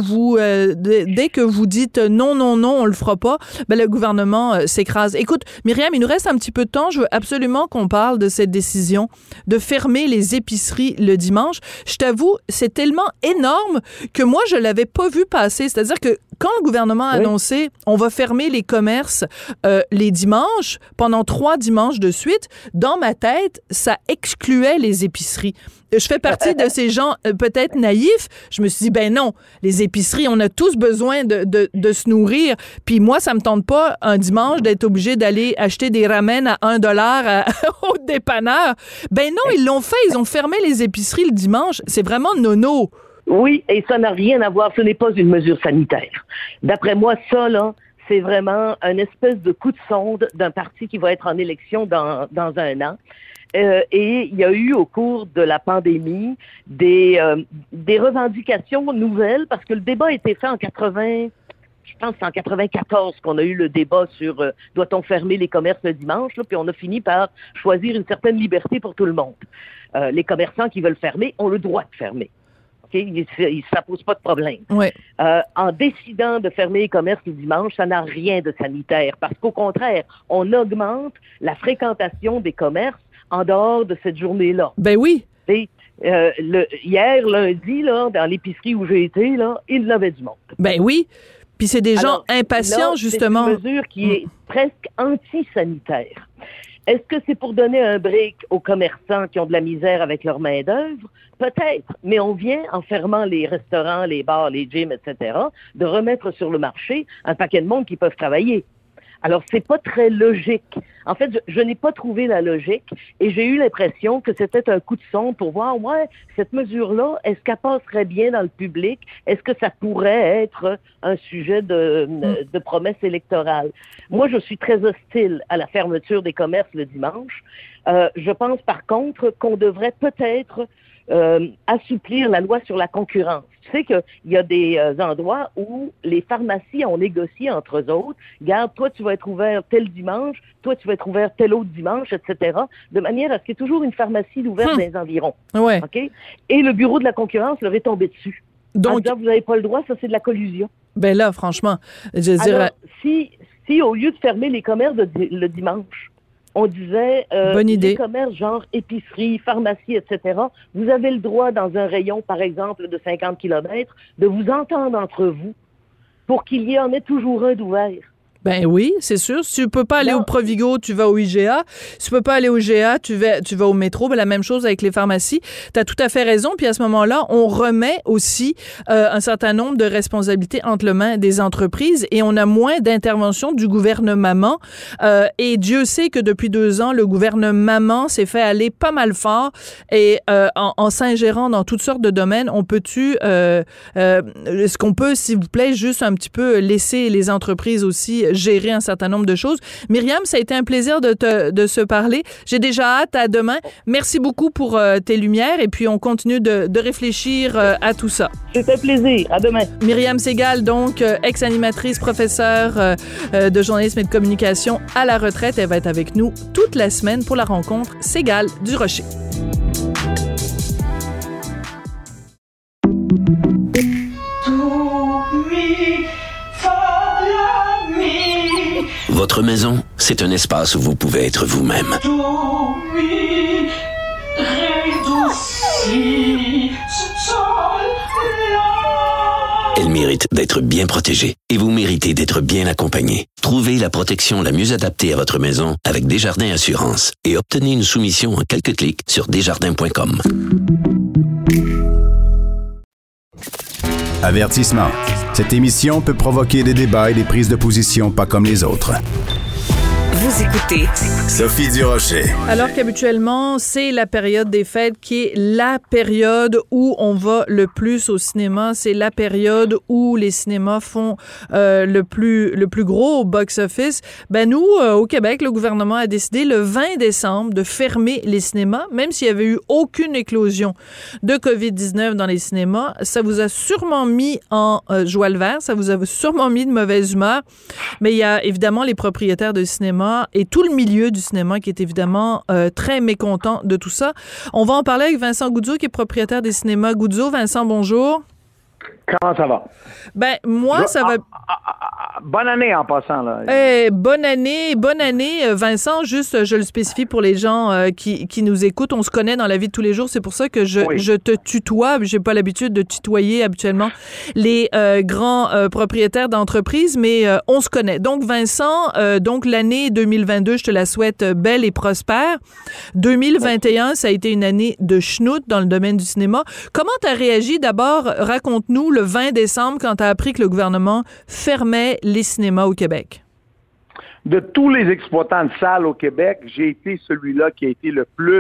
S8: vous dites non, on le fera pas, le gouvernement s'écrase. Écoute, Myriam, il nous reste un petit peu de temps. Je veux absolument qu'on parle de cette décision de fermer les épiceries le dimanche. Je t'avoue, c'est tellement énorme que moi, je l'avais pas vu passer. C'est-à-dire que quand le gouvernement a annoncé on va fermer les commerces les dimanches, pendant 3 dimanches de suite, dans ma tête, ça excluait les épiceries. Je fais partie de ces gens peut-être naïfs. Je me suis dit, non, les épiceries, on a tous besoin de se nourrir. Puis moi, ça me tente pas un dimanche d'être obligé d'aller acheter des ramen à $1 au dépanneur. Non, ils l'ont fait. Ils ont fermé les épiceries le dimanche. C'est vraiment nono.
S13: Oui, et ça n'a rien à voir. Ce n'est pas une mesure sanitaire. D'après moi, ça, là, c'est vraiment un espèce de coup de sonde d'un parti qui va être en élection dans 1 an. Et il y a eu au cours de la pandémie des revendications nouvelles parce que le débat a été fait en 80. Je pense que c'est en 94 qu'on a eu le débat sur doit-on fermer les commerces le dimanche, là, puis on a fini par choisir une certaine liberté pour tout le monde. Les commerçants qui veulent fermer ont le droit de fermer. Okay? Ça pose pas de problème.
S8: Ouais.
S13: En décidant de fermer les commerces le dimanche, ça n'a rien de sanitaire parce qu'au contraire, on augmente la fréquentation des commerces en dehors de cette journée-là.
S8: Oui.
S13: Hier, lundi, là, dans l'épicerie où j'ai été, là, il y avait du monde.
S8: Oui. Puis c'est des gens impatients, justement.
S13: C'est une mesure qui est presque anti-sanitaire. Est-ce que c'est pour donner un break aux commerçants qui ont de la misère avec leur main-d'œuvre? Peut-être, mais on vient, en fermant les restaurants, les bars, les gyms, etc., de remettre sur le marché un paquet de monde qui peuvent travailler. Alors, c'est pas très logique. En fait, je n'ai pas trouvé la logique et j'ai eu l'impression que c'était un coup de sonde pour voir, cette mesure-là, est-ce qu'elle passerait bien dans le public? Est-ce que ça pourrait être un sujet de promesse électorale? Moi, je suis très hostile à la fermeture des commerces le dimanche. Je pense, par contre, qu'on devrait peut-être assouplir la loi sur la concurrence. Tu sais qu'il y a des endroits où les pharmacies ont négocié entre eux autres. Regarde, toi, tu vas être ouvert tel dimanche, toi, tu vas être ouvert tel autre dimanche, etc., de manière à ce qu'il y ait toujours une pharmacie ouverte dans les environs.
S8: Ouais.
S13: Okay? Et le bureau de la concurrence leur est tombé dessus. Donc, en disant, vous n'avez pas le droit, ça, c'est de la collusion.
S8: Là, franchement, je veux
S13: Alors, si au lieu de fermer les commerces le dimanche, on disait, les commerces genre épicerie, pharmacie, etc., vous avez le droit, dans un rayon, par exemple, de 50 km, de vous entendre entre vous pour qu'il y en ait toujours un d'ouvert.
S8: Oui, c'est sûr. Si tu peux pas aller au Provigo, tu vas au IGA. Si tu peux pas aller au IGA, tu vas au métro. La même chose avec les pharmacies. Tu as tout à fait raison. Puis à ce moment-là, on remet aussi un certain nombre de responsabilités entre les mains des entreprises et on a moins d'intervention du gouvernement. Et Dieu sait que depuis 2 ans, le gouvernement s'est fait aller pas mal fort et en s'ingérant dans toutes sortes de domaines, est-ce qu'on peut, s'il vous plaît, juste un petit peu laisser les entreprises aussi gérer un certain nombre de choses. Myriam, ça a été un plaisir de se parler. J'ai déjà hâte à demain. Merci beaucoup pour tes lumières et puis on continue de réfléchir à tout ça.
S13: C'est un plaisir. À demain.
S8: Myriam Segal, donc ex-animatrice, professeure de journalisme et de communication à la retraite. Elle va être avec nous toute la semaine pour la rencontre Segal du Rocher.
S12: Votre maison, c'est un espace où vous pouvez être vous-même. Elle mérite d'être bien protégée et vous méritez d'être bien accompagnée. Trouvez la protection la mieux adaptée à votre maison avec Desjardins Assurance et obtenez une soumission en quelques clics sur desjardins.com.
S1: Avertissement. Cette émission peut provoquer des débats et des prises de position pas comme les autres.
S3: Vous écoutez
S7: Sophie Durocher.
S8: Alors qu'habituellement, c'est la période des fêtes qui est la période où on va le plus au cinéma. C'est la période où les cinémas font le plus gros au box-office. Ben nous, au Québec, le gouvernement a décidé le 20 décembre de fermer les cinémas, même s'il n'y avait eu aucune éclosion de COVID-19 dans les cinémas. Ça vous a sûrement mis en joie le vert, ça vous a sûrement mis de mauvaise humeur. Mais il y a évidemment les propriétaires de cinéma et tout le milieu du cinéma qui est évidemment très mécontent de tout ça. On va en parler avec Vincent Goudzo, qui est propriétaire des cinémas Goudzo. Vincent, bonjour.
S9: Comment ça va?
S8: Ben, moi, ça va...
S9: Bonne année en passant, là.
S8: Bonne année, Vincent. Juste, je le spécifie pour les gens qui nous écoutent. On se connaît dans la vie de tous les jours. C'est pour ça que je te tutoie. J'ai pas l'habitude de tutoyer habituellement les grands propriétaires d'entreprises, mais on se connaît. Donc, Vincent, donc l'année 2022, je te la souhaite belle et prospère. 2021, ça a été une année de schnout dans le domaine du cinéma. Comment tu as réagi? D'abord, raconte-nous le 20 décembre quand tu as appris que le gouvernement fermait les cinémas au Québec.
S9: De tous les exploitants de salles au Québec, j'ai été celui-là qui a été le plus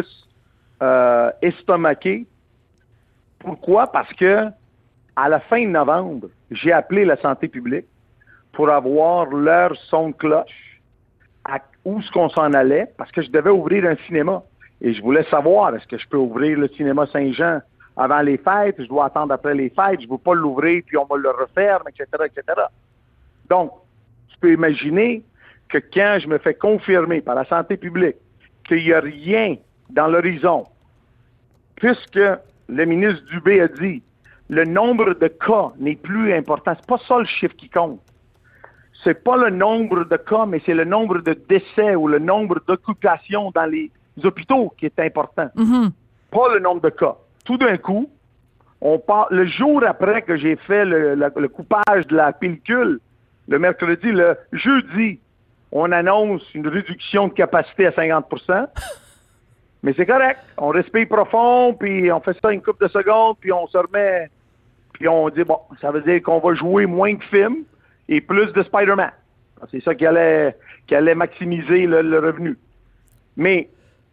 S9: estomaqué. Pourquoi? Parce que à la fin de novembre, j'ai appelé la santé publique pour avoir leur son de cloche à où est-ce qu'on s'en allait, parce que je devais ouvrir un cinéma. Et je voulais savoir, est-ce que je peux ouvrir le cinéma Saint-Jean avant les fêtes? Je dois attendre après les fêtes, je ne veux pas l'ouvrir, puis on va le referme, etc., etc. Donc, tu peux imaginer que quand je me fais confirmer par la santé publique qu'il n'y a rien dans l'horizon, puisque le ministre Dubé a dit le nombre de cas n'est plus important, c'est pas ça le chiffre qui compte. C'est pas le nombre de cas, mais c'est le nombre de décès ou le nombre d'occupations dans les hôpitaux qui est important. Mm-hmm. Pas le nombre de cas. Tout d'un coup, on part, le jour après que j'ai fait le coupage de la pellicule, le mercredi, le jeudi, on annonce une réduction de capacité à 50%. Mais c'est correct. On respire profond, puis on fait ça une couple de secondes, puis on se remet, puis on dit, bon, ça veut dire qu'on va jouer moins de films et plus de Spider-Man. C'est ça qui allait maximiser le revenu. Mais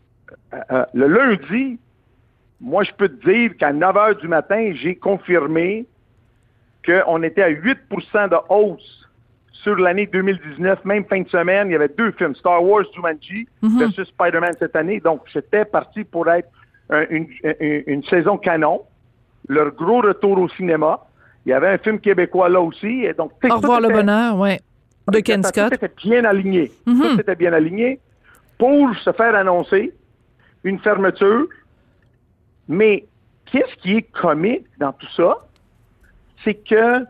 S9: le lundi, moi, je peux te dire qu'à 9 h du matin, j'ai confirmé qu'on était à 8% de hausse sur l'année 2019, même fin de semaine. Il y avait 2 films, Star Wars, Jumanji, versus Spider-Man cette année. Donc, j'étais parti pour être une saison canon. Leur gros retour au cinéma. Il y avait un film québécois là aussi. Et donc,
S8: Au revoir le bonheur, oui, de Ken Scott.
S9: Tout était bien aligné. Tout était bien aligné pour se faire annoncer une fermeture. Mais qu'est-ce qui est comique dans tout ça? C'est que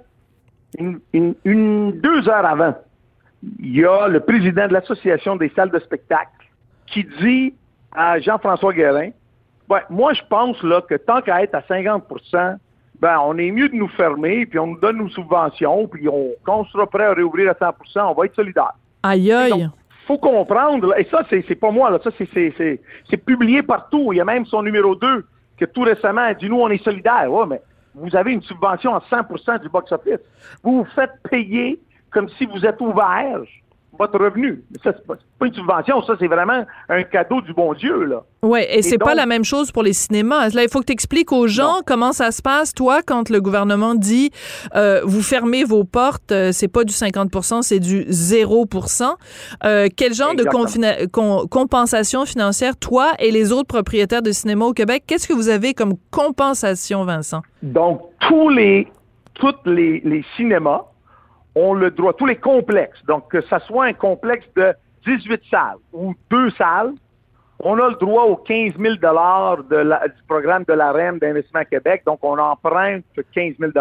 S9: 2 heures avant, il y a le président de l'Association des salles de spectacle qui dit à Jean-François Guérin, ben, moi je pense là que tant qu'à être à 50%, ben on est mieux de nous fermer, puis on nous donne nos subventions, puis quand on sera prêt à réouvrir à 100%, on va être solidaire.
S8: Aïe aïe!
S9: Faut comprendre, là, et ça c'est pas moi, là, ça c'est publié partout. Il y a même son numéro 2 que tout récemment a dit, nous on est solidaires. Ouais, mais vous avez une subvention à 100% du box-office. Vous vous faites payer comme si vous êtes ouvert.
S14: votre revenu. Ça, c'est pas une subvention, ça, c'est vraiment un cadeau du bon Dieu, là.
S8: Oui, et c'est donc pas la même chose pour les cinémas. Là, il faut que tu expliques aux gens comment ça se passe, toi, quand le gouvernement dit vous fermez vos portes, c'est pas du 50%, c'est du 0%. Quel genre de compensation financière, toi et les autres propriétaires de cinéma au Québec, qu'est-ce que vous avez comme compensation, Vincent? Donc, tous les cinémas ont le droit, tous les complexes, donc que ce soit un complexe de 18 salles ou 2 salles, on a le droit aux 15 000 du programme de l'AREM d'Investissement Québec, donc on emprunte 15 000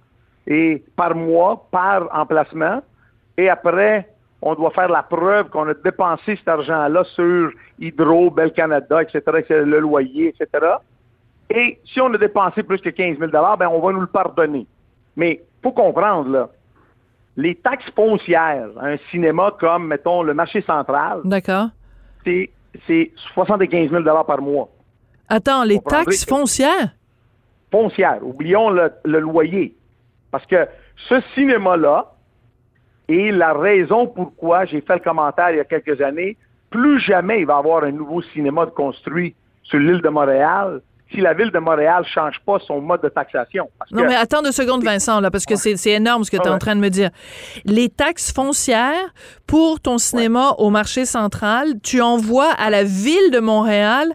S8: et par mois, par emplacement, et après, on doit faire la preuve qu'on a dépensé cet argent-là sur Hydro, Bell Canada, etc., le loyer, etc. Et si on a dépensé plus que 15 000 ben on va nous le pardonner. Mais il faut comprendre, là, les taxes foncières, un cinéma comme, mettons, le marché central, d'accord, c'est 75 000 par mois. Attends, les taxes foncières? Foncières. Oublions le loyer. Parce que ce cinéma-là est la raison pourquoi j'ai fait le commentaire il y a quelques années, plus jamais il va y avoir un nouveau cinéma de construit sur l'île de Montréal si la Ville de Montréal ne change pas son mode de taxation. Non, mais attends 2 secondes, Vincent, là, parce que c'est énorme ce que tu es en train de me dire. Les taxes foncières pour ton cinéma au marché central, tu envoies à la Ville de Montréal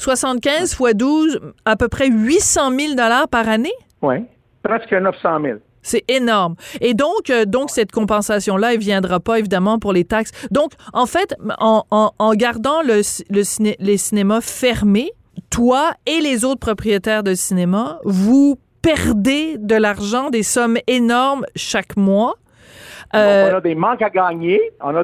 S8: 75 x 12, à peu près 800 000 $ par année? Oui, presque 900 000. C'est énorme. Et donc cette compensation-là, elle ne viendra pas, évidemment, pour les taxes. Donc, en fait, en gardant les cinémas fermés, toi et les autres propriétaires de cinéma, vous perdez de l'argent, des sommes énormes chaque mois. Donc, on a des manques à gagner.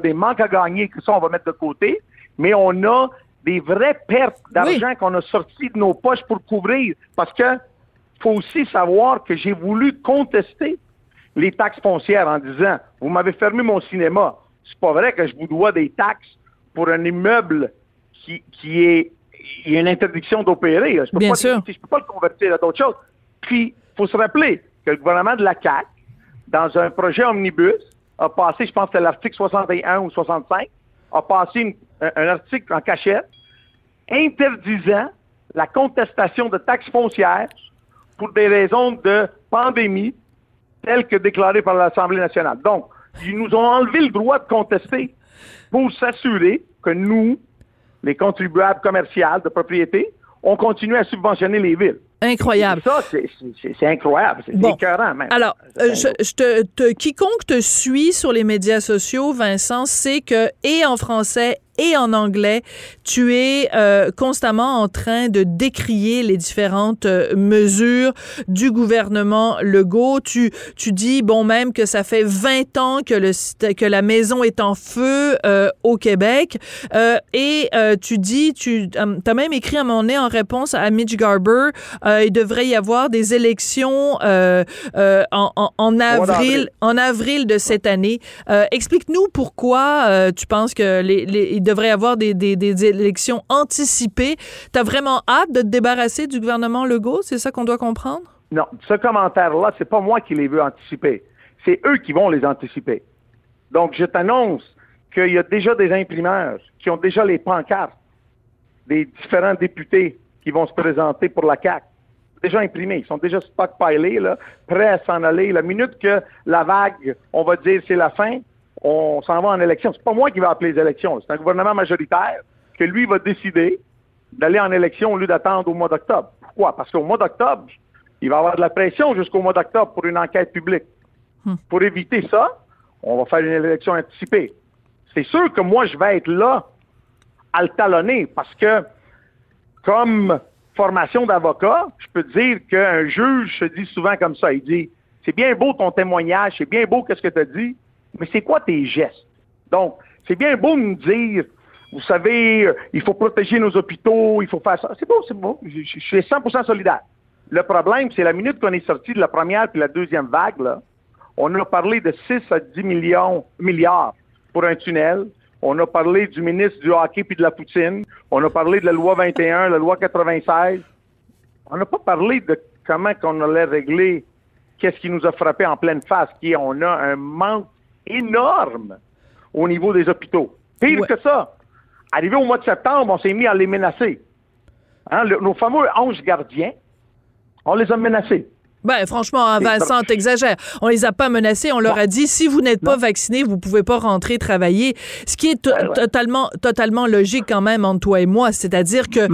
S8: Que ça, on va mettre de côté. Mais on a des vraies pertes d'argent qu'on a sorties de nos poches pour couvrir. Parce que faut aussi savoir que j'ai voulu contester les taxes foncières en disant « Vous m'avez fermé mon cinéma. C'est pas vrai que je vous dois des taxes pour un immeuble qui est... Il y a une interdiction d'opérer. Je peux pas le convertir à d'autres choses. » Puis, il faut se rappeler que le gouvernement de la CAQ, dans un projet omnibus, a passé, je pense que c'était l'article 61 ou 65, a passé un article en cachette interdisant la contestation de taxes foncières pour des raisons de pandémie telles que déclarées par l'Assemblée nationale. Donc, ils nous ont enlevé le droit de contester pour s'assurer que nous, les contribuables commerciaux de propriété, on continue à subventionner les villes. Incroyable. Ça, c'est incroyable. C'est écœurant, même. Alors, quiconque te suit sur les médias sociaux, Vincent, sait que, et en français et en anglais, tu es constamment en train de décrier les différentes mesures du gouvernement Legault. Tu dis, même que ça fait 20 ans que la maison est en feu au Québec. Et tu dis, t'as même écrit à un moment donné en réponse à Mitch Garber, il devrait y avoir des élections en avril de cette année. Explique-nous pourquoi tu penses que il devrait y avoir des élections anticipées. T'as vraiment hâte de te débarrasser du gouvernement Legault? C'est ça qu'on doit comprendre? Non, ce commentaire-là, c'est pas moi qui les veux anticiper. C'est eux qui vont les anticiper. Donc, je t'annonce qu'il y a déjà des imprimeurs qui ont déjà les pancartes des différents députés qui vont se présenter pour la CAQ. Déjà imprimés, ils sont déjà stockpilés, là, prêts à s'en aller. La minute que la vague, on va dire c'est la fin, on s'en va en élection. C'est pas moi qui vais appeler les élections. C'est un gouvernement majoritaire que lui va décider d'aller en élection au lieu d'attendre au mois d'octobre. Pourquoi? Parce qu'au mois d'octobre, il va y avoir de la pression jusqu'au mois d'octobre pour une enquête publique. Pour éviter ça, on va faire une élection anticipée. C'est sûr que moi, je vais être là à le talonner parce que, comme formation d'avocat, je peux te dire qu'un juge se dit souvent comme ça. Il dit, c'est bien beau ton témoignage, c'est bien beau qu'est-ce que tu as dit, mais c'est quoi tes gestes? Donc, c'est bien beau de nous dire, vous savez, il faut protéger nos hôpitaux, il faut faire ça. C'est beau. Je suis 100% solidaire. Le problème, c'est la minute qu'on est sorti de la première puis la deuxième vague, là, on a parlé de 6 à 10 milliards pour un tunnel. On a parlé du ministre du hockey puis de la poutine. On a parlé de la loi 21, la loi 96. On n'a pas parlé de comment qu'on allait régler qu'est-ce qui nous a frappé en pleine face, qui est on a un manque énorme
S14: au niveau des hôpitaux. Pire que ça, arrivé au mois de septembre, on s'est mis à les menacer. Hein, nos fameux anges gardiens, on les a menacés.
S8: Ben, franchement, Vincent, t'exagères. On les a pas menacés. On leur a dit, si vous n'êtes pas vacciné, vous pouvez pas rentrer travailler. Ce qui est totalement logique quand même entre toi et moi. C'est-à-dire que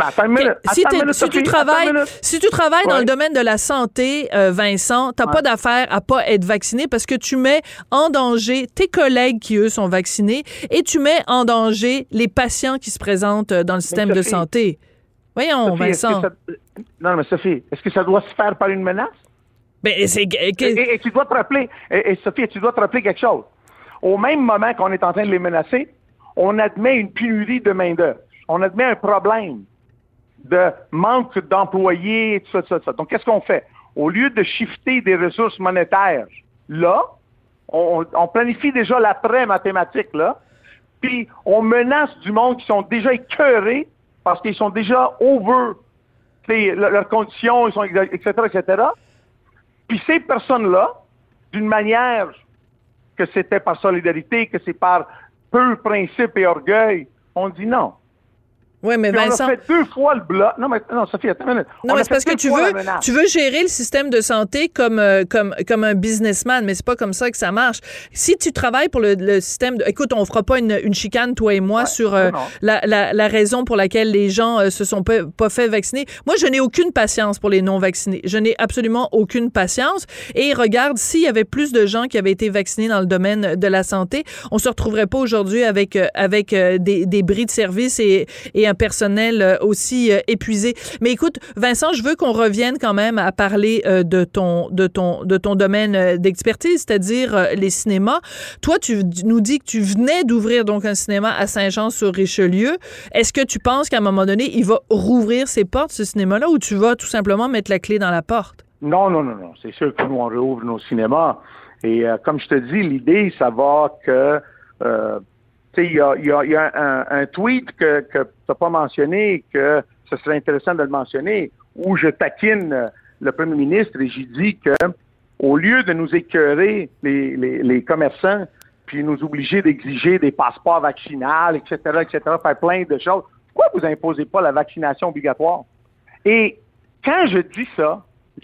S8: si tu travailles dans le domaine de la santé, Vincent, t'as pas d'affaire à pas être vacciné parce que tu mets en danger tes collègues qui, eux, sont vaccinés et tu mets en danger les patients qui se présentent dans le système de santé. Voyons, Sophie, Vincent.
S14: Non, mais Sophie, est-ce que ça doit se faire par une menace?
S8: Ben,
S14: et tu dois te rappeler, Sophie, tu dois te rappeler quelque chose. Au même moment qu'on est en train de les menacer, on admet une pénurie de main-d'œuvre. On admet un problème de manque d'employés, tout ça. Donc, qu'est-ce qu'on fait? Au lieu de shifter des ressources monétaires, là, on planifie déjà l'après-mathématique, là, puis on menace du monde qui sont déjà écœurés parce qu'ils sont déjà over leurs conditions, ils sont, etc., etc., puis ces personnes-là, d'une manière que c'était par solidarité, que c'est par peu principe et orgueil, on dit non.
S8: Oui, mais Vincent...
S14: On a fait 2 fois le bloc. Non, Sophie, attends une minute.
S8: Non, mais c'est parce que tu veux gérer le système de santé comme un businessman, mais c'est pas comme ça que ça marche. Si tu travailles pour le système... Écoute, on fera pas une chicane, toi et moi, sur la raison pour laquelle les gens se sont pas fait vacciner. Moi, je n'ai aucune patience pour les non-vaccinés. Je n'ai absolument aucune patience. Et regarde, s'il y avait plus de gens qui avaient été vaccinés dans le domaine de la santé, on se retrouverait pas aujourd'hui avec des bris de service et un personnel aussi épuisé. Mais écoute, Vincent, je veux qu'on revienne quand même à parler de ton domaine d'expertise, c'est-à-dire les cinémas. Toi, tu nous dis que tu venais d'ouvrir donc un cinéma à Saint-Jean-sur-Richelieu. Est-ce que tu penses qu'à un moment donné, il va rouvrir ses portes, ce cinéma-là, ou tu vas tout simplement mettre la clé dans la porte? Non.
S14: C'est sûr que nous, on rouvre nos cinémas. Et comme je te dis, l'idée, ça va que... il y a un tweet que tu n'as pas mentionné, que ce serait intéressant de le mentionner, où je taquine le premier ministre et j'y dis que au lieu de nous écœurer les commerçants, puis nous obliger d'exiger des passeports vaccinaux, etc., faire plein de choses, pourquoi vous imposez pas la vaccination obligatoire? Et quand je dis ça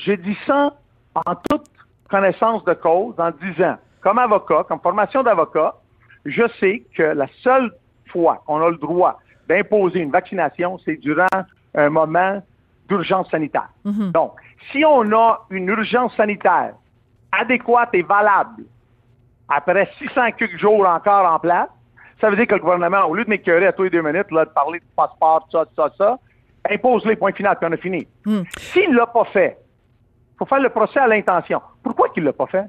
S14: en toute connaissance de cause, en disant, comme avocat, comme formation d'avocat, je sais que la seule fois qu'on a le droit d'imposer une vaccination, c'est durant un moment d'urgence sanitaire. Mm-hmm. Donc, si on a une urgence sanitaire adéquate et valable après 600 quelques jours encore en place, ça veut dire que le gouvernement, au lieu de m'écœurer à tous les 2 minutes, là, de parler de passeport, ça, impose les points finaux, puis on a fini. Mm. S'il ne l'a pas fait, il faut faire le procès à l'intention. Pourquoi qu'il ne l'a pas fait?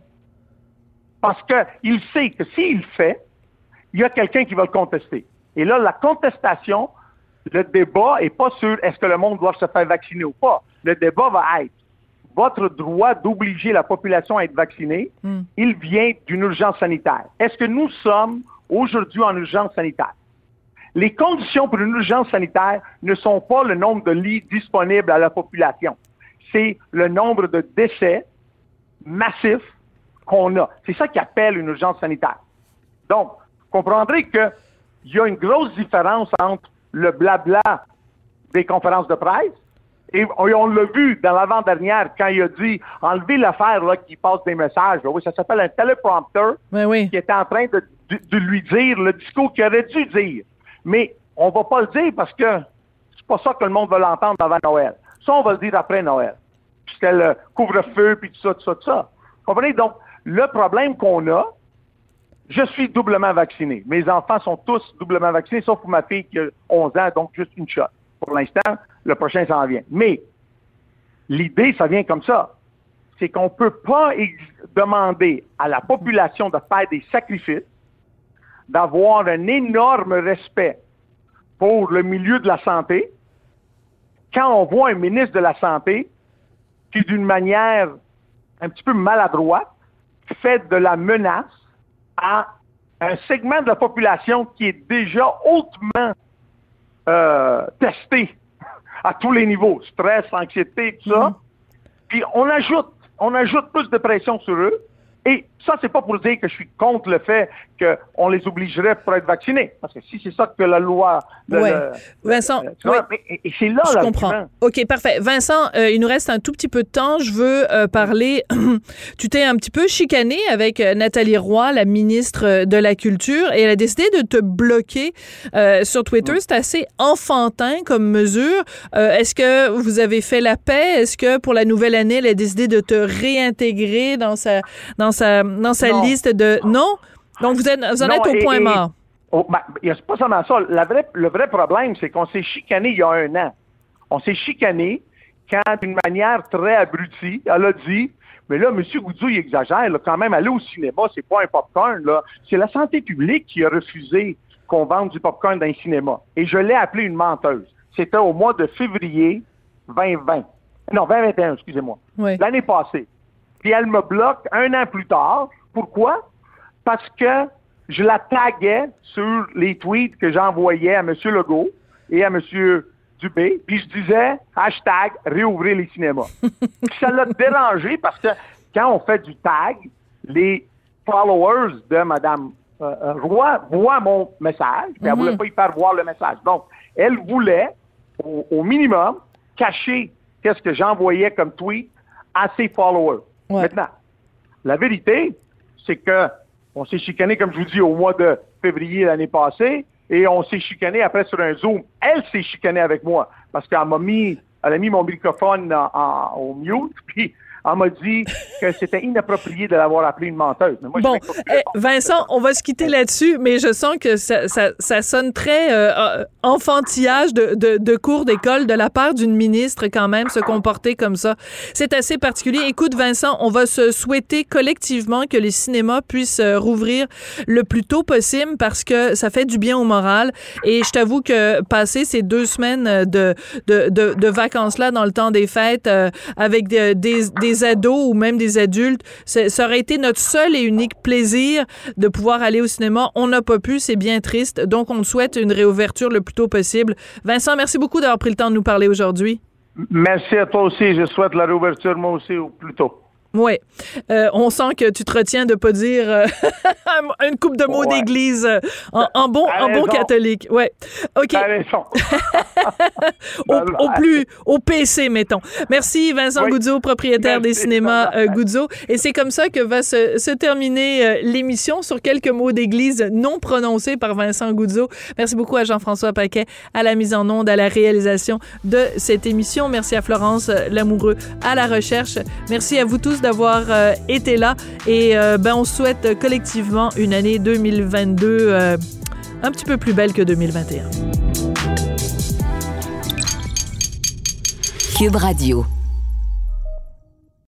S14: Parce qu'il sait que s'il le fait, il y a quelqu'un qui va le contester. Et là, la contestation, le débat n'est pas sur est-ce que le monde doit se faire vacciner ou pas. Le débat va être votre droit d'obliger la population à être vaccinée, il vient d'une urgence sanitaire. Est-ce que nous sommes aujourd'hui en urgence sanitaire? Les conditions pour une urgence sanitaire ne sont pas le nombre de lits disponibles à la population. C'est le nombre de décès massifs qu'on a. C'est ça qui appelle une urgence sanitaire. Donc, vous comprendrez qu'il y a une grosse différence entre le blabla des conférences de presse et on l'a vu dans l'avant-dernière quand il a dit enlever l'affaire là qui passe des messages. Oui, ça s'appelle un téléprompteur qui était en train de lui dire le discours qu'il aurait dû dire. Mais on va pas le dire parce que c'est pas ça que le monde va l'entendre avant Noël. Ça, on va le dire après Noël. Puisque le couvre-feu, puis tout ça. Vous comprenez? Donc, le problème qu'on a, je suis doublement vacciné. Mes enfants sont tous doublement vaccinés, sauf pour ma fille qui a 11 ans, donc juste une shot. Pour l'instant, le prochain s'en vient. Mais l'idée, ça vient comme ça. C'est qu'on ne peut pas demander à la population de faire des sacrifices, d'avoir un énorme respect pour le milieu de la santé, quand on voit un ministre de la Santé qui, d'une manière un petit peu maladroite, fait de la menace à un segment de la population qui est déjà hautement testé à tous les niveaux, stress, anxiété, tout ça. Puis on ajoute plus de pression sur eux Et ça, c'est pas pour dire que je suis contre le fait qu'on les obligerait pour être vaccinés. Parce que si c'est ça que la loi...
S8: Vincent,
S14: et c'est là,
S8: je comprends. OK, parfait. Vincent, il nous reste un tout petit peu de temps. Je veux parler... Tu t'es un petit peu chicané avec Nathalie Roy, la ministre de la Culture, et elle a décidé de te bloquer sur Twitter. C'est assez enfantin comme mesure. Est-ce que vous avez fait la paix? Est-ce que pour la nouvelle année, elle a décidé de te réintégrer dans sa liste de... Non? Donc, vous en êtes au point mort.
S14: C'est pas seulement ça. Le vrai problème, c'est qu'on s'est chicané il y a 1 an. On s'est chicané quand, d'une manière très abrutie, elle a dit, mais là, M. Goudzou, il exagère. Là, quand même, aller au cinéma, c'est pas un popcorn. Là. C'est la santé publique qui a refusé qu'on vende du popcorn dans un cinéma. Et je l'ai appelée une menteuse. C'était au mois de février 2020. Non, 2021, excusez-moi.
S8: Oui.
S14: L'année passée. Puis elle me bloque 1 an plus tard. Pourquoi? Parce que je la taguais sur les tweets que j'envoyais à M. Legault et à M. Dubé, puis je disais # réouvrir les cinémas. Puis ça l'a dérangé parce que quand on fait du tag, les followers de Mme Roy voient mon message, puis elle voulait pas y faire voir le message. Donc, elle voulait, au minimum, cacher qu'est-ce que j'envoyais comme tweet à ses followers.
S8: Ouais.
S14: Maintenant, la vérité, c'est que on s'est chicané, comme je vous dis, au mois de février l'année passée, et on s'est chicané après sur un Zoom. Elle s'est chicanée avec moi, parce qu'elle a mis mon microphone au mute, puis elle m'a dit que c'était inapproprié de l'avoir appelée une menteuse. Mais moi,
S8: bon, Vincent, on va se quitter là-dessus, mais je sens que ça sonne très enfantillage de cours d'école de la part d'une ministre quand même, se comporter comme ça. C'est assez particulier. Écoute, Vincent, on va se souhaiter collectivement que les cinémas puissent rouvrir le plus tôt possible parce que ça fait du bien au moral. Et je t'avoue que passer ces 2 semaines de vacances-là dans le temps des fêtes avec des ados ou même des adultes, ça aurait été notre seul et unique plaisir de pouvoir aller au cinéma. On n'a pas pu, c'est bien triste. Donc, on souhaite une réouverture le plus tôt possible. Vincent, merci beaucoup d'avoir pris le temps de nous parler aujourd'hui.
S14: Merci à toi aussi. Je souhaite la réouverture, moi aussi, au plus tôt.
S8: Oui. On sent que tu te retiens de pas dire une couple de mots d'église en bon catholique. Ouais. OK. au PC, mettons. Merci, Vincent Goudzot, propriétaire des cinémas Goudzot. Et c'est comme ça que va se terminer l'émission sur quelques mots d'église non prononcés par Vincent Goudzot. Merci beaucoup à Jean-François Paquet, à la mise en onde, à la réalisation de cette émission. Merci à Florence Lamoureux à la recherche. Merci à vous tous d'avoir été là et on souhaite collectivement une année 2022 un petit peu plus belle que 2021.
S3: Cube Radio.